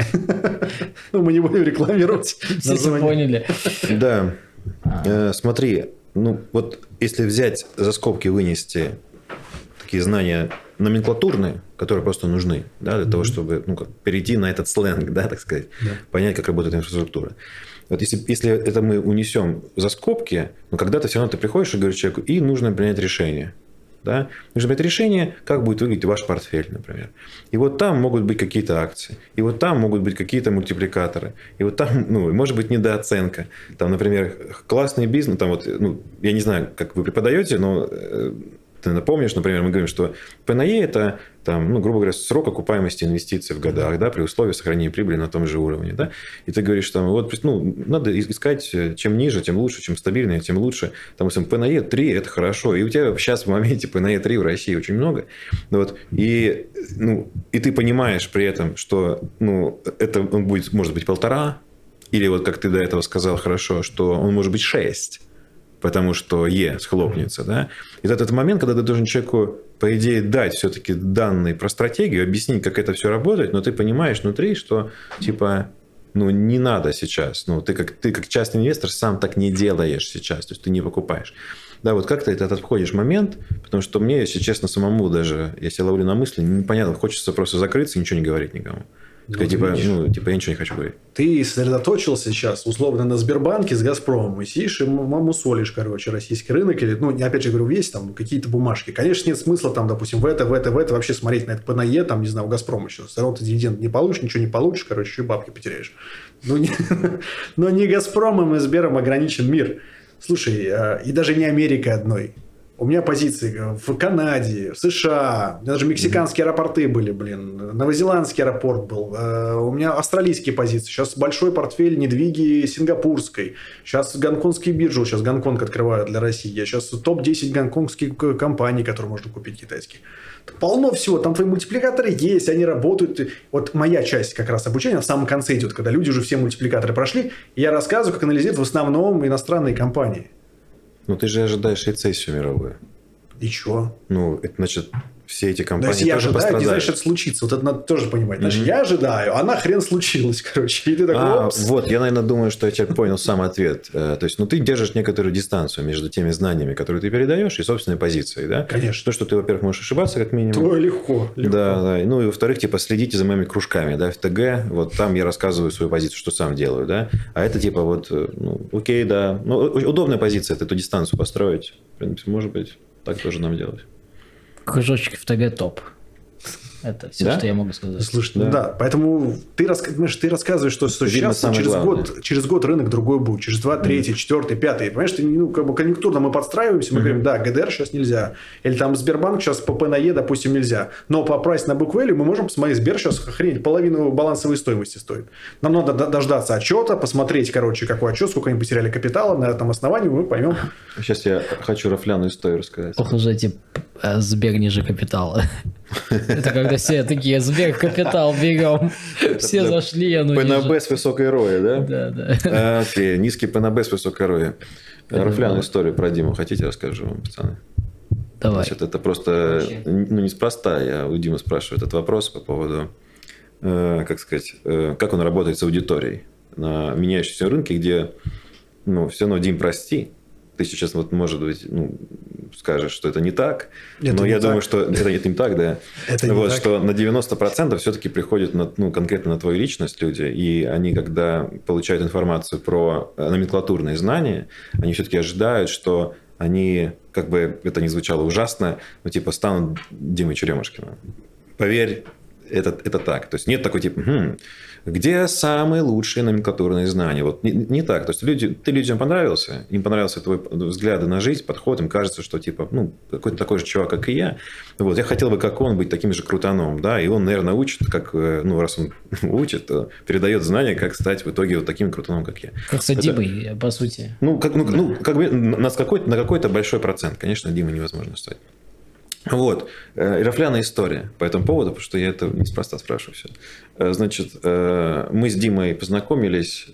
Мы не будем рекламировать. Все поняли. Да. Смотри, вот если взять за скобки, вынести такие знания номенклатурные, которые просто нужны, да, для того, чтобы перейти на этот сленг, да, так сказать, понять, как работает инфраструктура. Вот если это мы унесем за скобки, когда-то все равно ты приходишь и говоришь человеку, и нужно принять решение. Да? Нужно принять решение, как будет выглядеть ваш портфель, например. И вот там могут быть какие-то акции, и вот там могут быть какие-то мультипликаторы, и вот там, может быть, недооценка. Там, например, классный бизнес, там вот, я не знаю, как вы преподаете, но ты напомнишь, например, мы говорим, что ПНЕ – это, там, грубо говоря, срок окупаемости инвестиций в годах, да, при условии сохранения прибыли на том же уровне. Да? И ты говоришь, там, надо искать, чем ниже, тем лучше, чем стабильнее, тем лучше. Там, если ПНЕ 3 – это хорошо. И у тебя сейчас в моменте ПНЕ 3 в России очень много. Вот, и ты понимаешь при этом, что это он будет, может быть, 1,5, или вот как ты до этого сказал хорошо, что он может быть 6. Потому что схлопнется, да? И это момент, когда ты должен человеку, по идее, дать все-таки данные про стратегию, объяснить, как это все работает, но ты понимаешь внутри, что, типа, не надо сейчас. Ты как частный инвестор сам так не делаешь сейчас, то есть ты не покупаешь. Да, вот как ты этот обходишь момент, потому что мне, если честно, самому даже, я себя ловлю на мысли, непонятно, хочется просто закрыться и ничего не говорить никому. Я ничего не хочу говорить. Ты сосредоточился сейчас, условно, на Сбербанке с Газпромом, и сидишь и мусолишь, российский рынок, или, опять же, говорю, есть там какие-то бумажки. Конечно, нет смысла там, допустим, в это вообще смотреть на это ПНЕ, там, не знаю, у Газпрома еще. Все равно ты дивиденд не получишь, ничего не получишь, еще и бабки потеряешь. Но не Газпромом и Сбером ограничен мир. Слушай, и даже не Америкой одной. У меня позиции в Канаде, в США, у меня даже мексиканские аэропорты были, новозеландский аэропорт был, у меня австралийские позиции, сейчас большой портфель недвиги сингапурской, сейчас гонконгские биржи, сейчас Гонконг открывают для России, я сейчас топ-10 гонконгских компаний, которые можно купить китайских. Полно всего, там твои мультипликаторы есть, они работают. Вот моя часть как раз обучения в самом конце идет, когда люди уже все мультипликаторы прошли, и я рассказываю, как анализируют в основном иностранные компании. Ну, ты же ожидаешь рецессию мировую. И чё? Ну, это значит, все эти Но компании если я тоже ожидаю, пострадают. не значит, что это случится. Вот это надо тоже понимать. Значит, я ожидаю, а нахрен случилось, короче. И ты такой, опс. Вот, я, наверное, думаю, что я теперь понял сам ответ. То есть, ну, ты держишь некоторую дистанцию между теми знаниями, которые ты передаешь, и собственной позицией, да? Конечно. То, что ты, во-первых, можешь ошибаться, как минимум. То легко. Да, да. Ну, и, во-вторых, типа, следите за моими кружками, да, в ТГ. Вот там я рассказываю свою позицию, что сам делаю, да. А это, типа, вот, ну, окей, да. Ну, удобная позиция, это эту дистанцию построить. В принципе, может быть, так тоже нам делать. Кружочки в ТГ топ. Это все, Да? что я могу сказать. Слушай, да. Поэтому ты рассказываешь, что сейчас, самое главное. через год рынок другой будет. Через 2, 3, 4, 5. Понимаешь, ты, как бы конъюнктурно мы подстраиваемся, мы говорим, да, ГДР сейчас нельзя. Или там Сбербанк сейчас по ПНЕ, допустим, нельзя. Но по прайс на book value мы можем посмотреть, Сбер сейчас охренеть половину балансовой стоимости стоит. Нам надо дождаться отчета, посмотреть, короче, какой отчет, сколько они потеряли капитала, на этом основании мы поймем. Сейчас я хочу рафляную историю рассказать. Ох уж эти Сбер ниже капитала. Это когда все такие, Сбер капитал берем. Все зашли, а ну ПНБ ниже. с высокой роей, да? Да, да. Окей, низкий ПНБ с высокой роей. Рафляную историю про Диму хотите, расскажу вам, пацаны? Давай. Значит, это просто, ну, неспроста. Я у Димы спрашиваю этот вопрос по поводу, как сказать, как он работает с аудиторией на меняющемся рынке, где, ну, все равно, Дим, прости, ты сейчас, вот, может быть, ну, скажешь, что это не так, Это но не я так. думаю, что это не так, да. Это не Вот, так. что на 90% все-таки приходят ну, конкретно на твою личность люди, и они, когда получают информацию про номенклатурные знания, они все-таки ожидают, что они, как бы это ни звучало ужасно, ну, типа, станут Димой Черемушкиным. Поверь, это так. То есть нет такой типа, где самые лучшие номенклатурные знания? Вот не так. То есть ты людям понравился, им понравился твой взгляд на жизнь, подход, им кажется, что типа, ну, какой-то такой же чувак, как и я. Вот, я хотел бы, как он, быть таким же крутаном, да, и он, наверное, учит, как, ну, раз он учит, то передает знания, как стать в итоге вот таким крутаном, как я. Как с Димой, по сути. Ну, как бы на какой-то большой процент, конечно, Димы невозможно стать. Вот. Рафляная история по этому поводу, потому что я это неспроста спрашиваю все. Значит, мы с Димой познакомились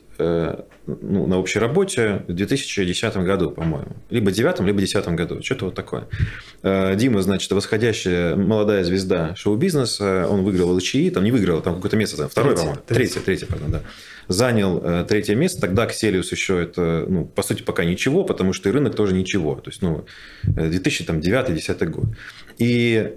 на общей работе в 2010 году, по-моему. Либо 2009, либо 2010 году. Что-то вот такое. Дима, значит, восходящая молодая звезда шоу-бизнеса. Он выиграл ЛЧИ, там не выиграл, там какое-то место, по-моему. Третье, пардон, да. Занял третье место. Тогда Кселиус еще это, ну, по сути, пока ничего, потому что и рынок тоже ничего. То есть, ну, 2009-2010 год. И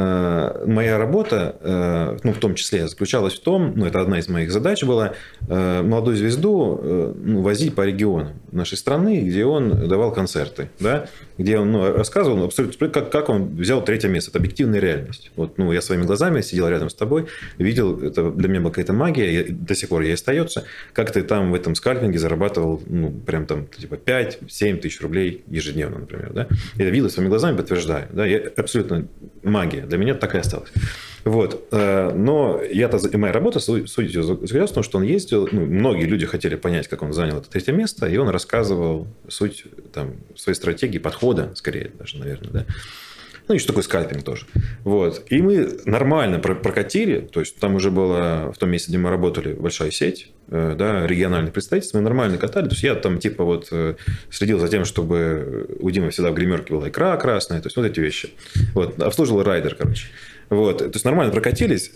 моя работа, ну, в том числе, заключалась в том, ну, это одна из моих задач была, молодую звезду возить по регионам нашей страны, где он давал концерты, да, где он, ну, рассказывал абсолютно, как он взял третье место. Это объективная реальность. Вот, ну, я своими глазами сидел рядом с тобой, видел, это для меня была какая-то магия, до сих пор ей остается, как ты там в этом скальпинге зарабатывал, ну, прям там, типа, 5-7 тысяч рублей ежедневно, например, да. Я видел своими глазами, подтверждаю, да, я абсолютно магия. Для меня так и осталось. Вот. Но моя работа, суть заключалась в том, что он ездил, ну, многие люди хотели понять, как он занял это третье место, и он рассказывал суть там, своей стратегии, подхода, скорее даже, наверное, да. Ну, и что такое скальпинг тоже. Вот. И мы нормально прокатили, то есть там уже была, в том месте, где мы работали, большая сеть, да, региональных представительств, мы нормально катали, то есть я там типа вот следил за тем, чтобы у Димы всегда в гримерке была икра красная, то есть вот эти вещи. Вот. Обслуживал райдер, короче. Вот. То есть нормально прокатились,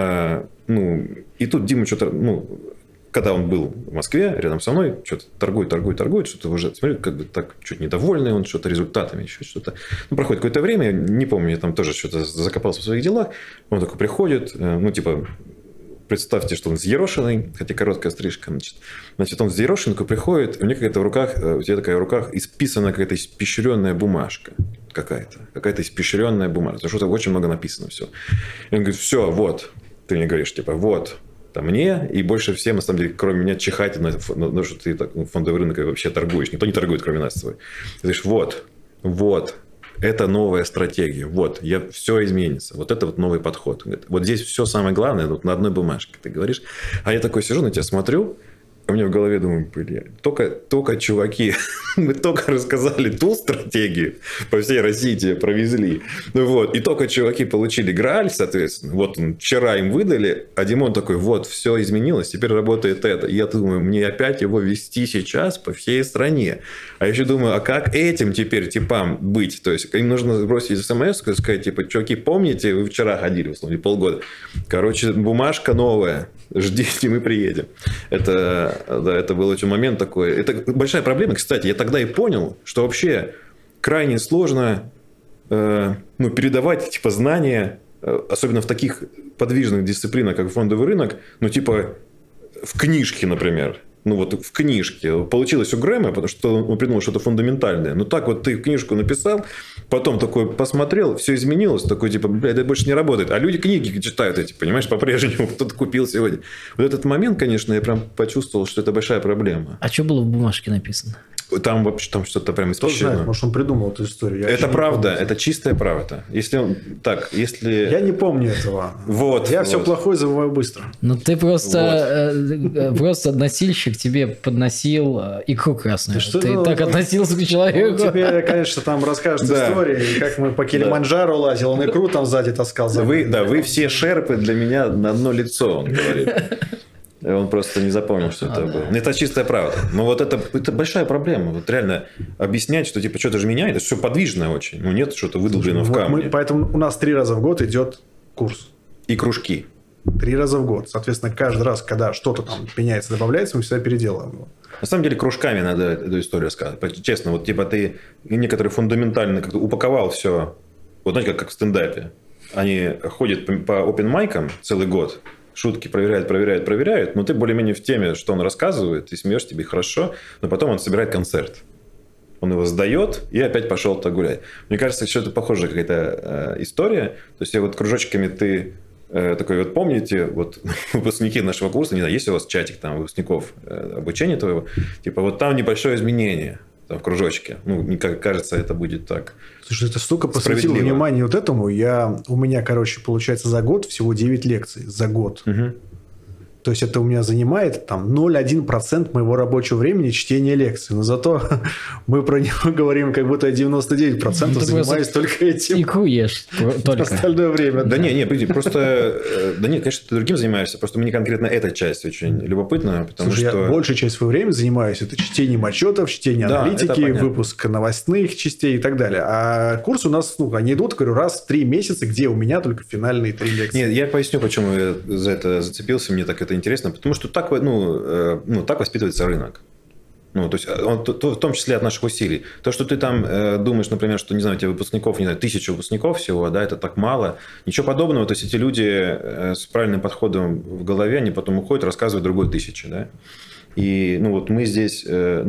ну, и тут Дима что-то, ну, когда он был в Москве, рядом со мной, что-то торгует, что-то уже, смотрю, как бы так чуть недовольный он, что-то результатами, еще что-то. Ну, проходит какое-то время, не помню, я там тоже что-то закопался в своих делах, он такой приходит, ну, типа, представьте, что он взъерошенный, хотя короткая стрижка, значит, он взъерошенный, такой приходит, у него какая-то в руках, у тебя такая в руках исписанная какая-то испещренная бумажка. Какая-то испещренная бумажка, потому что очень много написано все. И он говорит, все, вот, ты мне говоришь, типа, вот, там мне и больше всем, на самом деле, кроме меня, чихать на то, что ты фондовый рынок вообще торгуешь. Никто не торгует, кроме нас с тобой. Ты говоришь, вот, это новая стратегия. Вот, все изменится. Вот это вот новый подход. Вот здесь все самое главное вот на одной бумажке. Ты говоришь. А я такой сижу на тебя, смотрю, а у меня в голове думаю, блин, только чуваки, мы только рассказали ту стратегию, по всей России тебе провезли. Ну вот, и только чуваки получили Грааль, соответственно. Вот вчера им выдали, а Димон такой, вот, все изменилось, теперь работает это. И я думаю, мне опять его вести сейчас по всей стране. А еще думаю, а как этим теперь типам быть? То есть, им нужно бросить смс и сказать, типа, чуваки, помните, вы вчера ходили, условно, полгода. Короче, бумажка новая, ждите, мы приедем. Это был очень момент такой. Это большая проблема. Кстати, я тогда и понял, что вообще крайне сложно передавать типа знания, особенно в таких подвижных дисциплинах, как фондовый рынок, типа в книжке, например. В книжке. Получилось у Грэма, потому что он придумал что-то фундаментальное. Так вот ты книжку написал, потом такой посмотрел, все изменилось, такой типа, это больше не работает. А люди книги читают эти, понимаешь, по-прежнему. Кто-то купил сегодня. Вот этот момент, конечно, я прям почувствовал, что это большая проблема. А что было в бумажке написано? Там вообще что-то прям испещрено. Знает, может, он придумал эту историю. Это правда, это чистая правда. Если. Я не помню этого. Я все плохое забываю быстро. Ты просто носильщик тебе подносил икру красную. Ты так относился к человеку. Тебе, конечно, там расскажет истории, как мы по Килиманджаро лазил, он икру там сзади таскал. Вы все шерпы для меня на одно лицо, он говорит. Он просто не запомнил, что это было. Это чистая правда. Но вот это большая проблема. Вот реально объяснять, что типа что-то же меняет. Это все подвижное очень. Нет что-то выдолблено в камне. Поэтому у нас 3 раза в год идет курс. И кружки. 3 раза в год. Соответственно, каждый раз, когда что-то там меняется, добавляется, мы всегда переделываем его. На самом деле, кружками надо эту историю сказать. Честно, вот типа ты некоторые фундаментально как-то упаковал все. Вот знаете, как в стендапе. Они ходят по опен-майкам целый год. Шутки проверяют, но ты более-менее в теме, что он рассказывает, ты смеешь, тебе хорошо, но потом он собирает концерт. Он его сдает и опять пошел так гулять. Мне кажется, что это похожая какая-то история. То есть, вот кружочками ты такой, вот помните, вот выпускники нашего курса, не знаю, есть у вас чатик там выпускников обучения твоего, типа вот там небольшое изменение. В кружочке. Мне кажется, это будет так. Слушай, ты столько посвятил внимания вот этому. У меня, получается, за год всего 9 лекций. За год. Угу. То есть, это у меня занимает там 0,1% моего рабочего времени чтение лекций. Но зато мы про него говорим, как будто я 99% занимаюсь только этим. Икру ешь только. Остальное время. Да не, просто... Да нет, конечно, ты другим занимаешься. Просто мне конкретно эта часть очень любопытна. Потому Слушай, что... я большую часть своего времени занимаюсь. Это чтением отчетов, чтение аналитики, выпуск новостных частей и так далее. А курс у нас, они идут, говорю, раз в 3 месяца, где у меня только финальные 3 лекции. Нет, я поясню, почему я за это зацепился. Мне так это интересно, потому что так, так воспитывается рынок. То есть, в том числе от наших усилий. То, что ты там думаешь, например, что, не знаю, у тебя выпускников, 1000 выпускников всего, да, это так мало. Ничего подобного. То есть, эти люди с правильным подходом в голове, они потом уходят, рассказывают другой 1000, да. И мы здесь,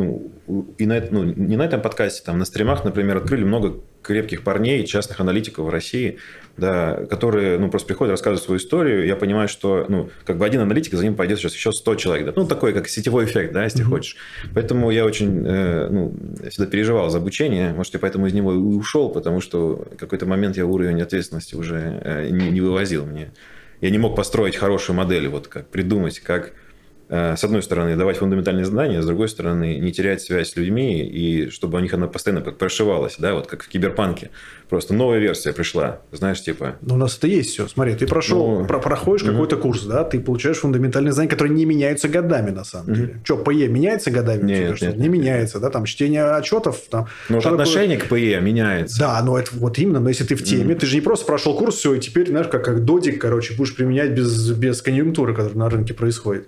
и не на этом подкасте, там, на стримах, например, открыли много крепких парней, частных аналитиков в России, да, которые просто приходят, рассказывают свою историю. Я понимаю, что один аналитик, за ним пойдет сейчас еще 100 человек. Да? Такой, как сетевой эффект, да, если хочешь. Поэтому я очень всегда переживал за обучение. Может, я поэтому из него и ушел, потому что в какой-то момент я уровень ответственности уже не вывозил мне. Я не мог построить хорошую модель, как придумать, как с одной стороны, давать фундаментальные знания, с другой стороны, не терять связь с людьми, и чтобы у них она постоянно прошивалась, да, вот как в Киберпанке. Просто новая версия пришла, знаешь, типа... У нас это есть все. Смотри, ты проходишь какой-то курс, да, ты получаешь фундаментальные знания, которые не меняются годами, на самом деле. Что, ПЕ меняется годами? Нет. Не меняется, да, там, чтение отчетов. Там, отношение к ПЕ меняется. Да, но это вот именно, но если ты в теме, ты же не просто прошел курс, все, и теперь, знаешь, как додик, будешь применять без конъюнктуры, которая на рынке происходит.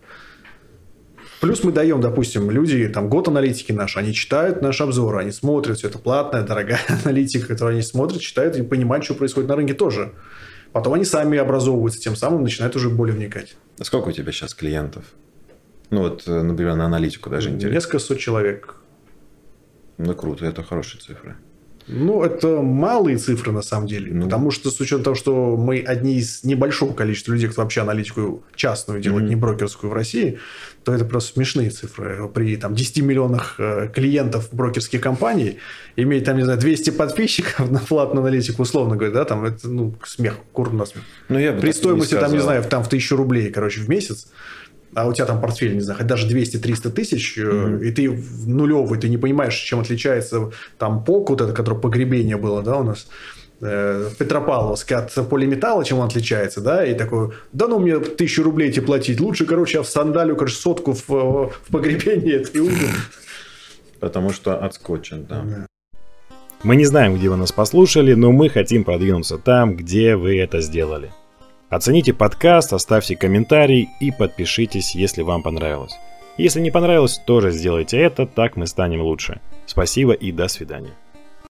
Плюс мы даем, допустим, люди, там, год аналитики наши, они читают наши обзоры, они смотрят, все это платная, дорогая аналитика, которую они смотрят, читают и понимают, что происходит на рынке тоже. Потом они сами образовываются, тем самым начинают уже более вникать. А сколько у тебя сейчас клиентов? Например, на аналитику даже интересно. Несколько сот человек. Круто, это хорошие цифры. Ну, это малые цифры, на самом деле. Потому что, с учетом того, что мы одни из небольшого количества людей, кто вообще аналитику частную делает, не брокерскую в России, то это просто смешные цифры. При 10 миллионах клиентов брокерских компаний иметь, 200 подписчиков на платную аналитику, условно говоря, да, это, смех, кур на смех. При стоимости, в 1000 рублей, в месяц, а у тебя там портфель, не знаю, хоть даже 200-300 тысяч, и ты нулевый, ты не понимаешь, чем отличается ПОК, вот это, которое погребение было, да, у нас, в Петропавловске от полиметалла, чем он отличается, да, и такой, мне 1000 рублей тебе платить, лучше, я в сандалю, сотку в погребение этой уйду. Потому что отскочен, да. Мы не знаем, где вы нас послушали, но мы хотим продвинуться там, где вы это сделали. Оцените подкаст, оставьте комментарий и подпишитесь, если вам понравилось. Если не понравилось, тоже сделайте это, так мы станем лучше. Спасибо и до свидания.